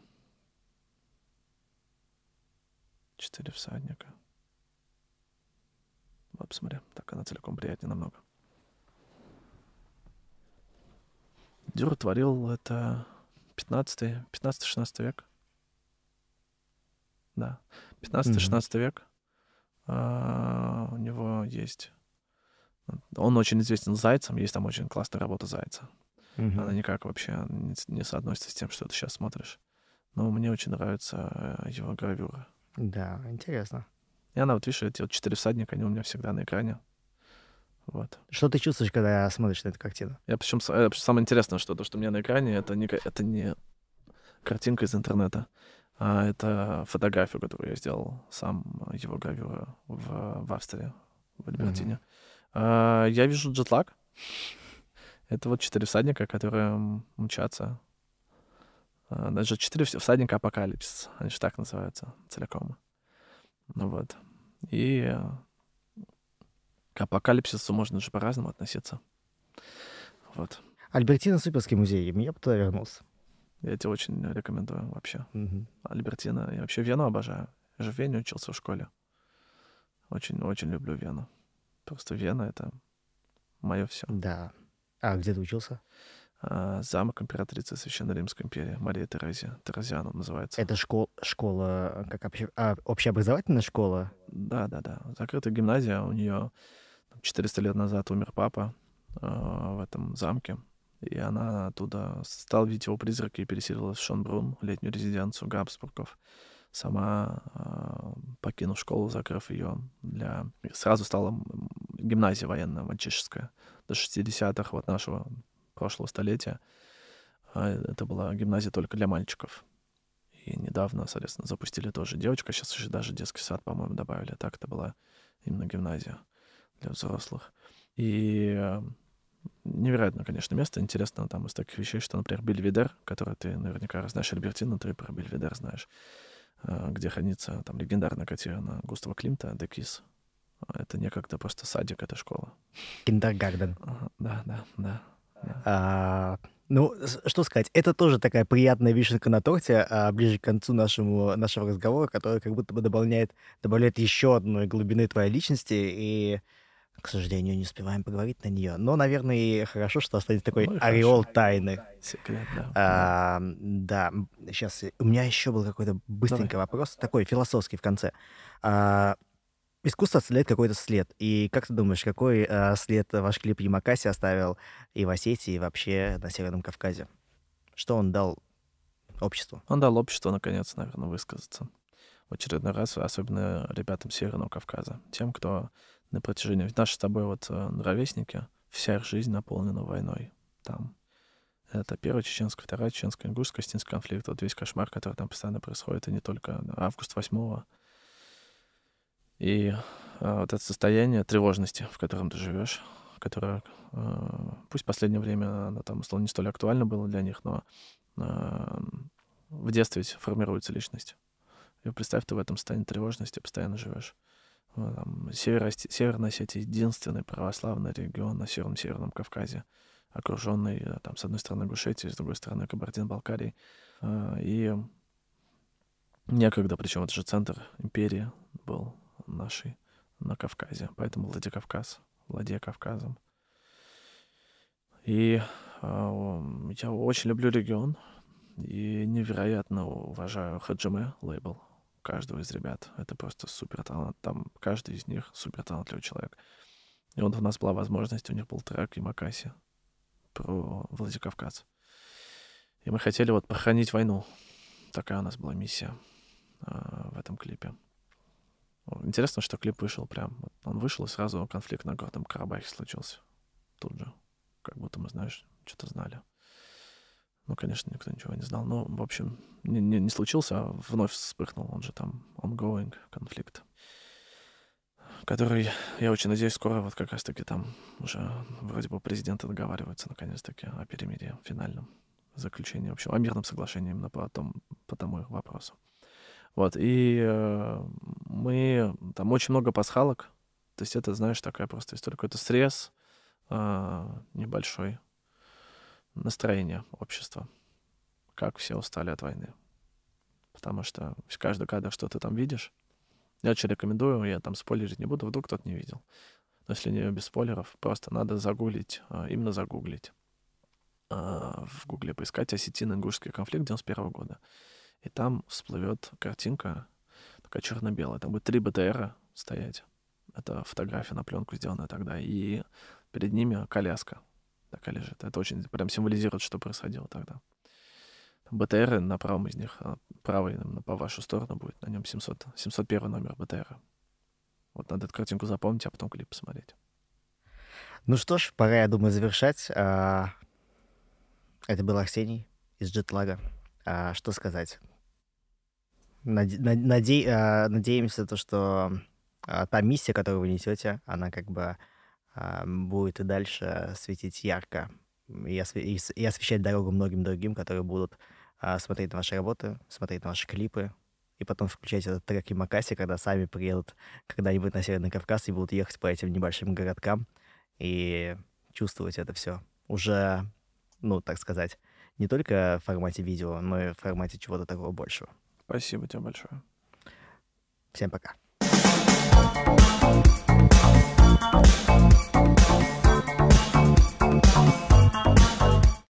Speaker 2: Четыре всадника. Вот, посмотри, так она целиком приятнее намного. Дюрер творил это пятнадцатый-шестнадцатый век. Да,
Speaker 1: Мгм.
Speaker 2: пятнадцатый-шестнадцатый век. А, у него есть... Он очень известен Зайцем, есть там очень классная работа Зайца. Она
Speaker 1: Мгм.
Speaker 2: никак вообще не, с- не соотносится с тем, что ты сейчас смотришь. Но мне очень нравится э, его гравюра.
Speaker 1: Да, интересно.
Speaker 2: И она, вот видишь, эти вот четыре всадника, они у меня всегда на экране. Вот.
Speaker 1: Что ты чувствуешь, когда смотришь на эту картину?
Speaker 2: Я причем, самое интересное, что то, что у меня на экране, это не, ка- это не картинка из интернета, а это фотография, которую я сделал сам, э, его гравюра в, в Австрии, в
Speaker 1: Мгм.
Speaker 2: Альбертине. А, я вижу джетлаг. Это вот четыре всадника, которые м, мчатся. А, Даже четыре вс- всадника апокалипсис. Они же так называются целиком. Ну вот. И э, к апокалипсису можно же по-разному относиться. Вот.
Speaker 1: Альбертина — суперский музей, и я бы туда вернулся.
Speaker 2: Я тебе очень рекомендую вообще.
Speaker 1: Мгм.
Speaker 2: Альбертина. Я вообще Вену обожаю. Я же в Вене учился в школе. Очень-очень люблю Вену. Просто Вена — это мое все.
Speaker 1: Да. А где ты учился?
Speaker 2: Замок императрицы Священной Римской империи Мария Терезия. Терезиана называется.
Speaker 1: Это школ, школа, как обще- а, общеобразовательная школа?
Speaker 2: Да-да-да. Закрытая гимназия. У нее четыреста лет назад умер папа э, в этом замке. И она оттуда стала видеть его призраки и переселилась в Шонбрунн, летнюю резиденцию Габсбургов. Сама, э, покинув школу, закрыв ее для... и сразу стала м, гимназия военная, мальчишеская. До шестидесятых вот нашего прошлого столетия а, это была гимназия только для мальчиков. И недавно, соответственно, запустили тоже девочка. Сейчас еще даже детский сад, по-моему, добавили. Так это была именно гимназия для взрослых. И э, невероятно, конечно, место. Интересно там из таких вещей, что, например, Бельведер, который ты наверняка знаешь, Альбертину, ты про Бельведер знаешь, э, где хранится там легендарная картина Густава Климта «Де Кис». Это некогда просто садик, это школа.
Speaker 1: Киндергарден.
Speaker 2: Ага, да, да, да. да.
Speaker 1: А, ну, с- что сказать, это тоже такая приятная вишенка на торте, а, ближе к концу нашему, нашего разговора, которая как будто бы добавляет, добавляет еще одной глубины твоей личности, и, к сожалению, не успеваем поговорить на нее. Но, наверное, и хорошо, что останется такой
Speaker 2: Ну и
Speaker 1: ореол
Speaker 2: хорошо.
Speaker 1: тайны.
Speaker 2: Секрет, да. да.
Speaker 1: А, да, сейчас у меня еще был какой-то
Speaker 2: Давай.
Speaker 1: быстренький вопрос, такой философский в конце. А, Искусство оставляет какой-то след. И как ты думаешь, какой, а, след ваш клип "Ямакаси" оставил и в Осетии, и вообще на Северном Кавказе? Что он дал обществу?
Speaker 2: Он дал обществу, наконец, наверно, высказаться в очередной раз, особенно ребятам Северного Кавказа. Тем, кто на протяжении ведь наши с тобой вот, э, ровесники, вся их жизнь наполнена войной там. Это Первая чеченская, Вторая чеченская, ингушско-осетинский конфликт, вот весь кошмар, который там постоянно происходит, и не только. Август восьмого. И, а, вот это состояние тревожности, в котором ты живешь, которое, а, пусть в последнее время оно там, условно, не столь актуально было для них, но, ам, в детстве ведь формируется личность. И представь, ты в этом состоянии тревожности постоянно живешь. А, там Север Осте Северная Осетия — единственный православный регион на Северном Северном Кавказе, окружённый, там, с одной стороны Ингушетией, с другой стороны Кабардино-Балкарией. А, и некогда, причём это же центр империи был нашей на Кавказе, поэтому Владикавказ, владея Кавказом. И, а, я очень люблю регион и невероятно уважаю Хаджиме лейбл каждого из ребят. Это просто супер талант. Там каждый из них супер талантливый человек. И вот у нас была возможность, у них был трек "Ямакаси" про Владикавказ. И мы хотели вот похоронить войну. Такая у нас была миссия, а, в этом клипе. Интересно, что клип вышел прям вот он вышел, и сразу конфликт на Горном Карабахе случился. Тут же. Как будто мы, знаешь, чё-то знали. Ну, конечно, никто ничего не знал. Но, в общем, не не не случился, а вновь вспыхнул. Он же там ongoing конфликт, который, я очень надеюсь, скоро вот как раз-таки там уже вроде бы президенты договариваются наконец-таки о перемирии финальном, заключении, в общем, о мирном соглашении именно по том по тому вопросу. Вот, и, э, мы там очень много пасхалок. То есть это, знаешь, такая просто история, какой-то срез, а, небольшой настроения общества. Как все устали от войны. Потому что в каждый кадр, что ты там видишь, я очень рекомендую, я там спойлерить не буду, вдруг кто-то не видел. Но если не без спойлеров, просто надо загуглить, а, именно загуглить. А, в Гугле поискать осетино-ингушский конфликт девяносто первого года. И там всплывет картинка такая черно-белая. Там будет три БТРа стоять. Это фотография на пленку, сделанная тогда. И перед ними коляска такая лежит. Это очень прям символизирует, что происходило тогда. БТРы на правом из них, а, правый именно по вашу сторону будет, на нем семьсот семьсот первый номер БТРа. Вот надо эту картинку запомнить, а потом клип посмотреть.
Speaker 1: Ну что ж, пора, я думаю, завершать. А, это был Арсений из "Джетлага". А, что сказать? Наде на наде а, надеемся, то что, а, та миссия, которую вы несете, она как бы, а, будет и дальше светить ярко и осве и с и освещать дорогу многим другим, которые будут, а, смотреть на ваши работы, смотреть на ваши клипы и потом включать этот трек "Ямакаси", когда сами приедут когда-нибудь на Северный Кавказ и будут ехать по этим небольшим городкам и чувствовать это всё уже, ну, так сказать, не только в формате видео, но и в формате чего-то такого большего.
Speaker 2: Спасибо тебе большое.
Speaker 1: Всем пока.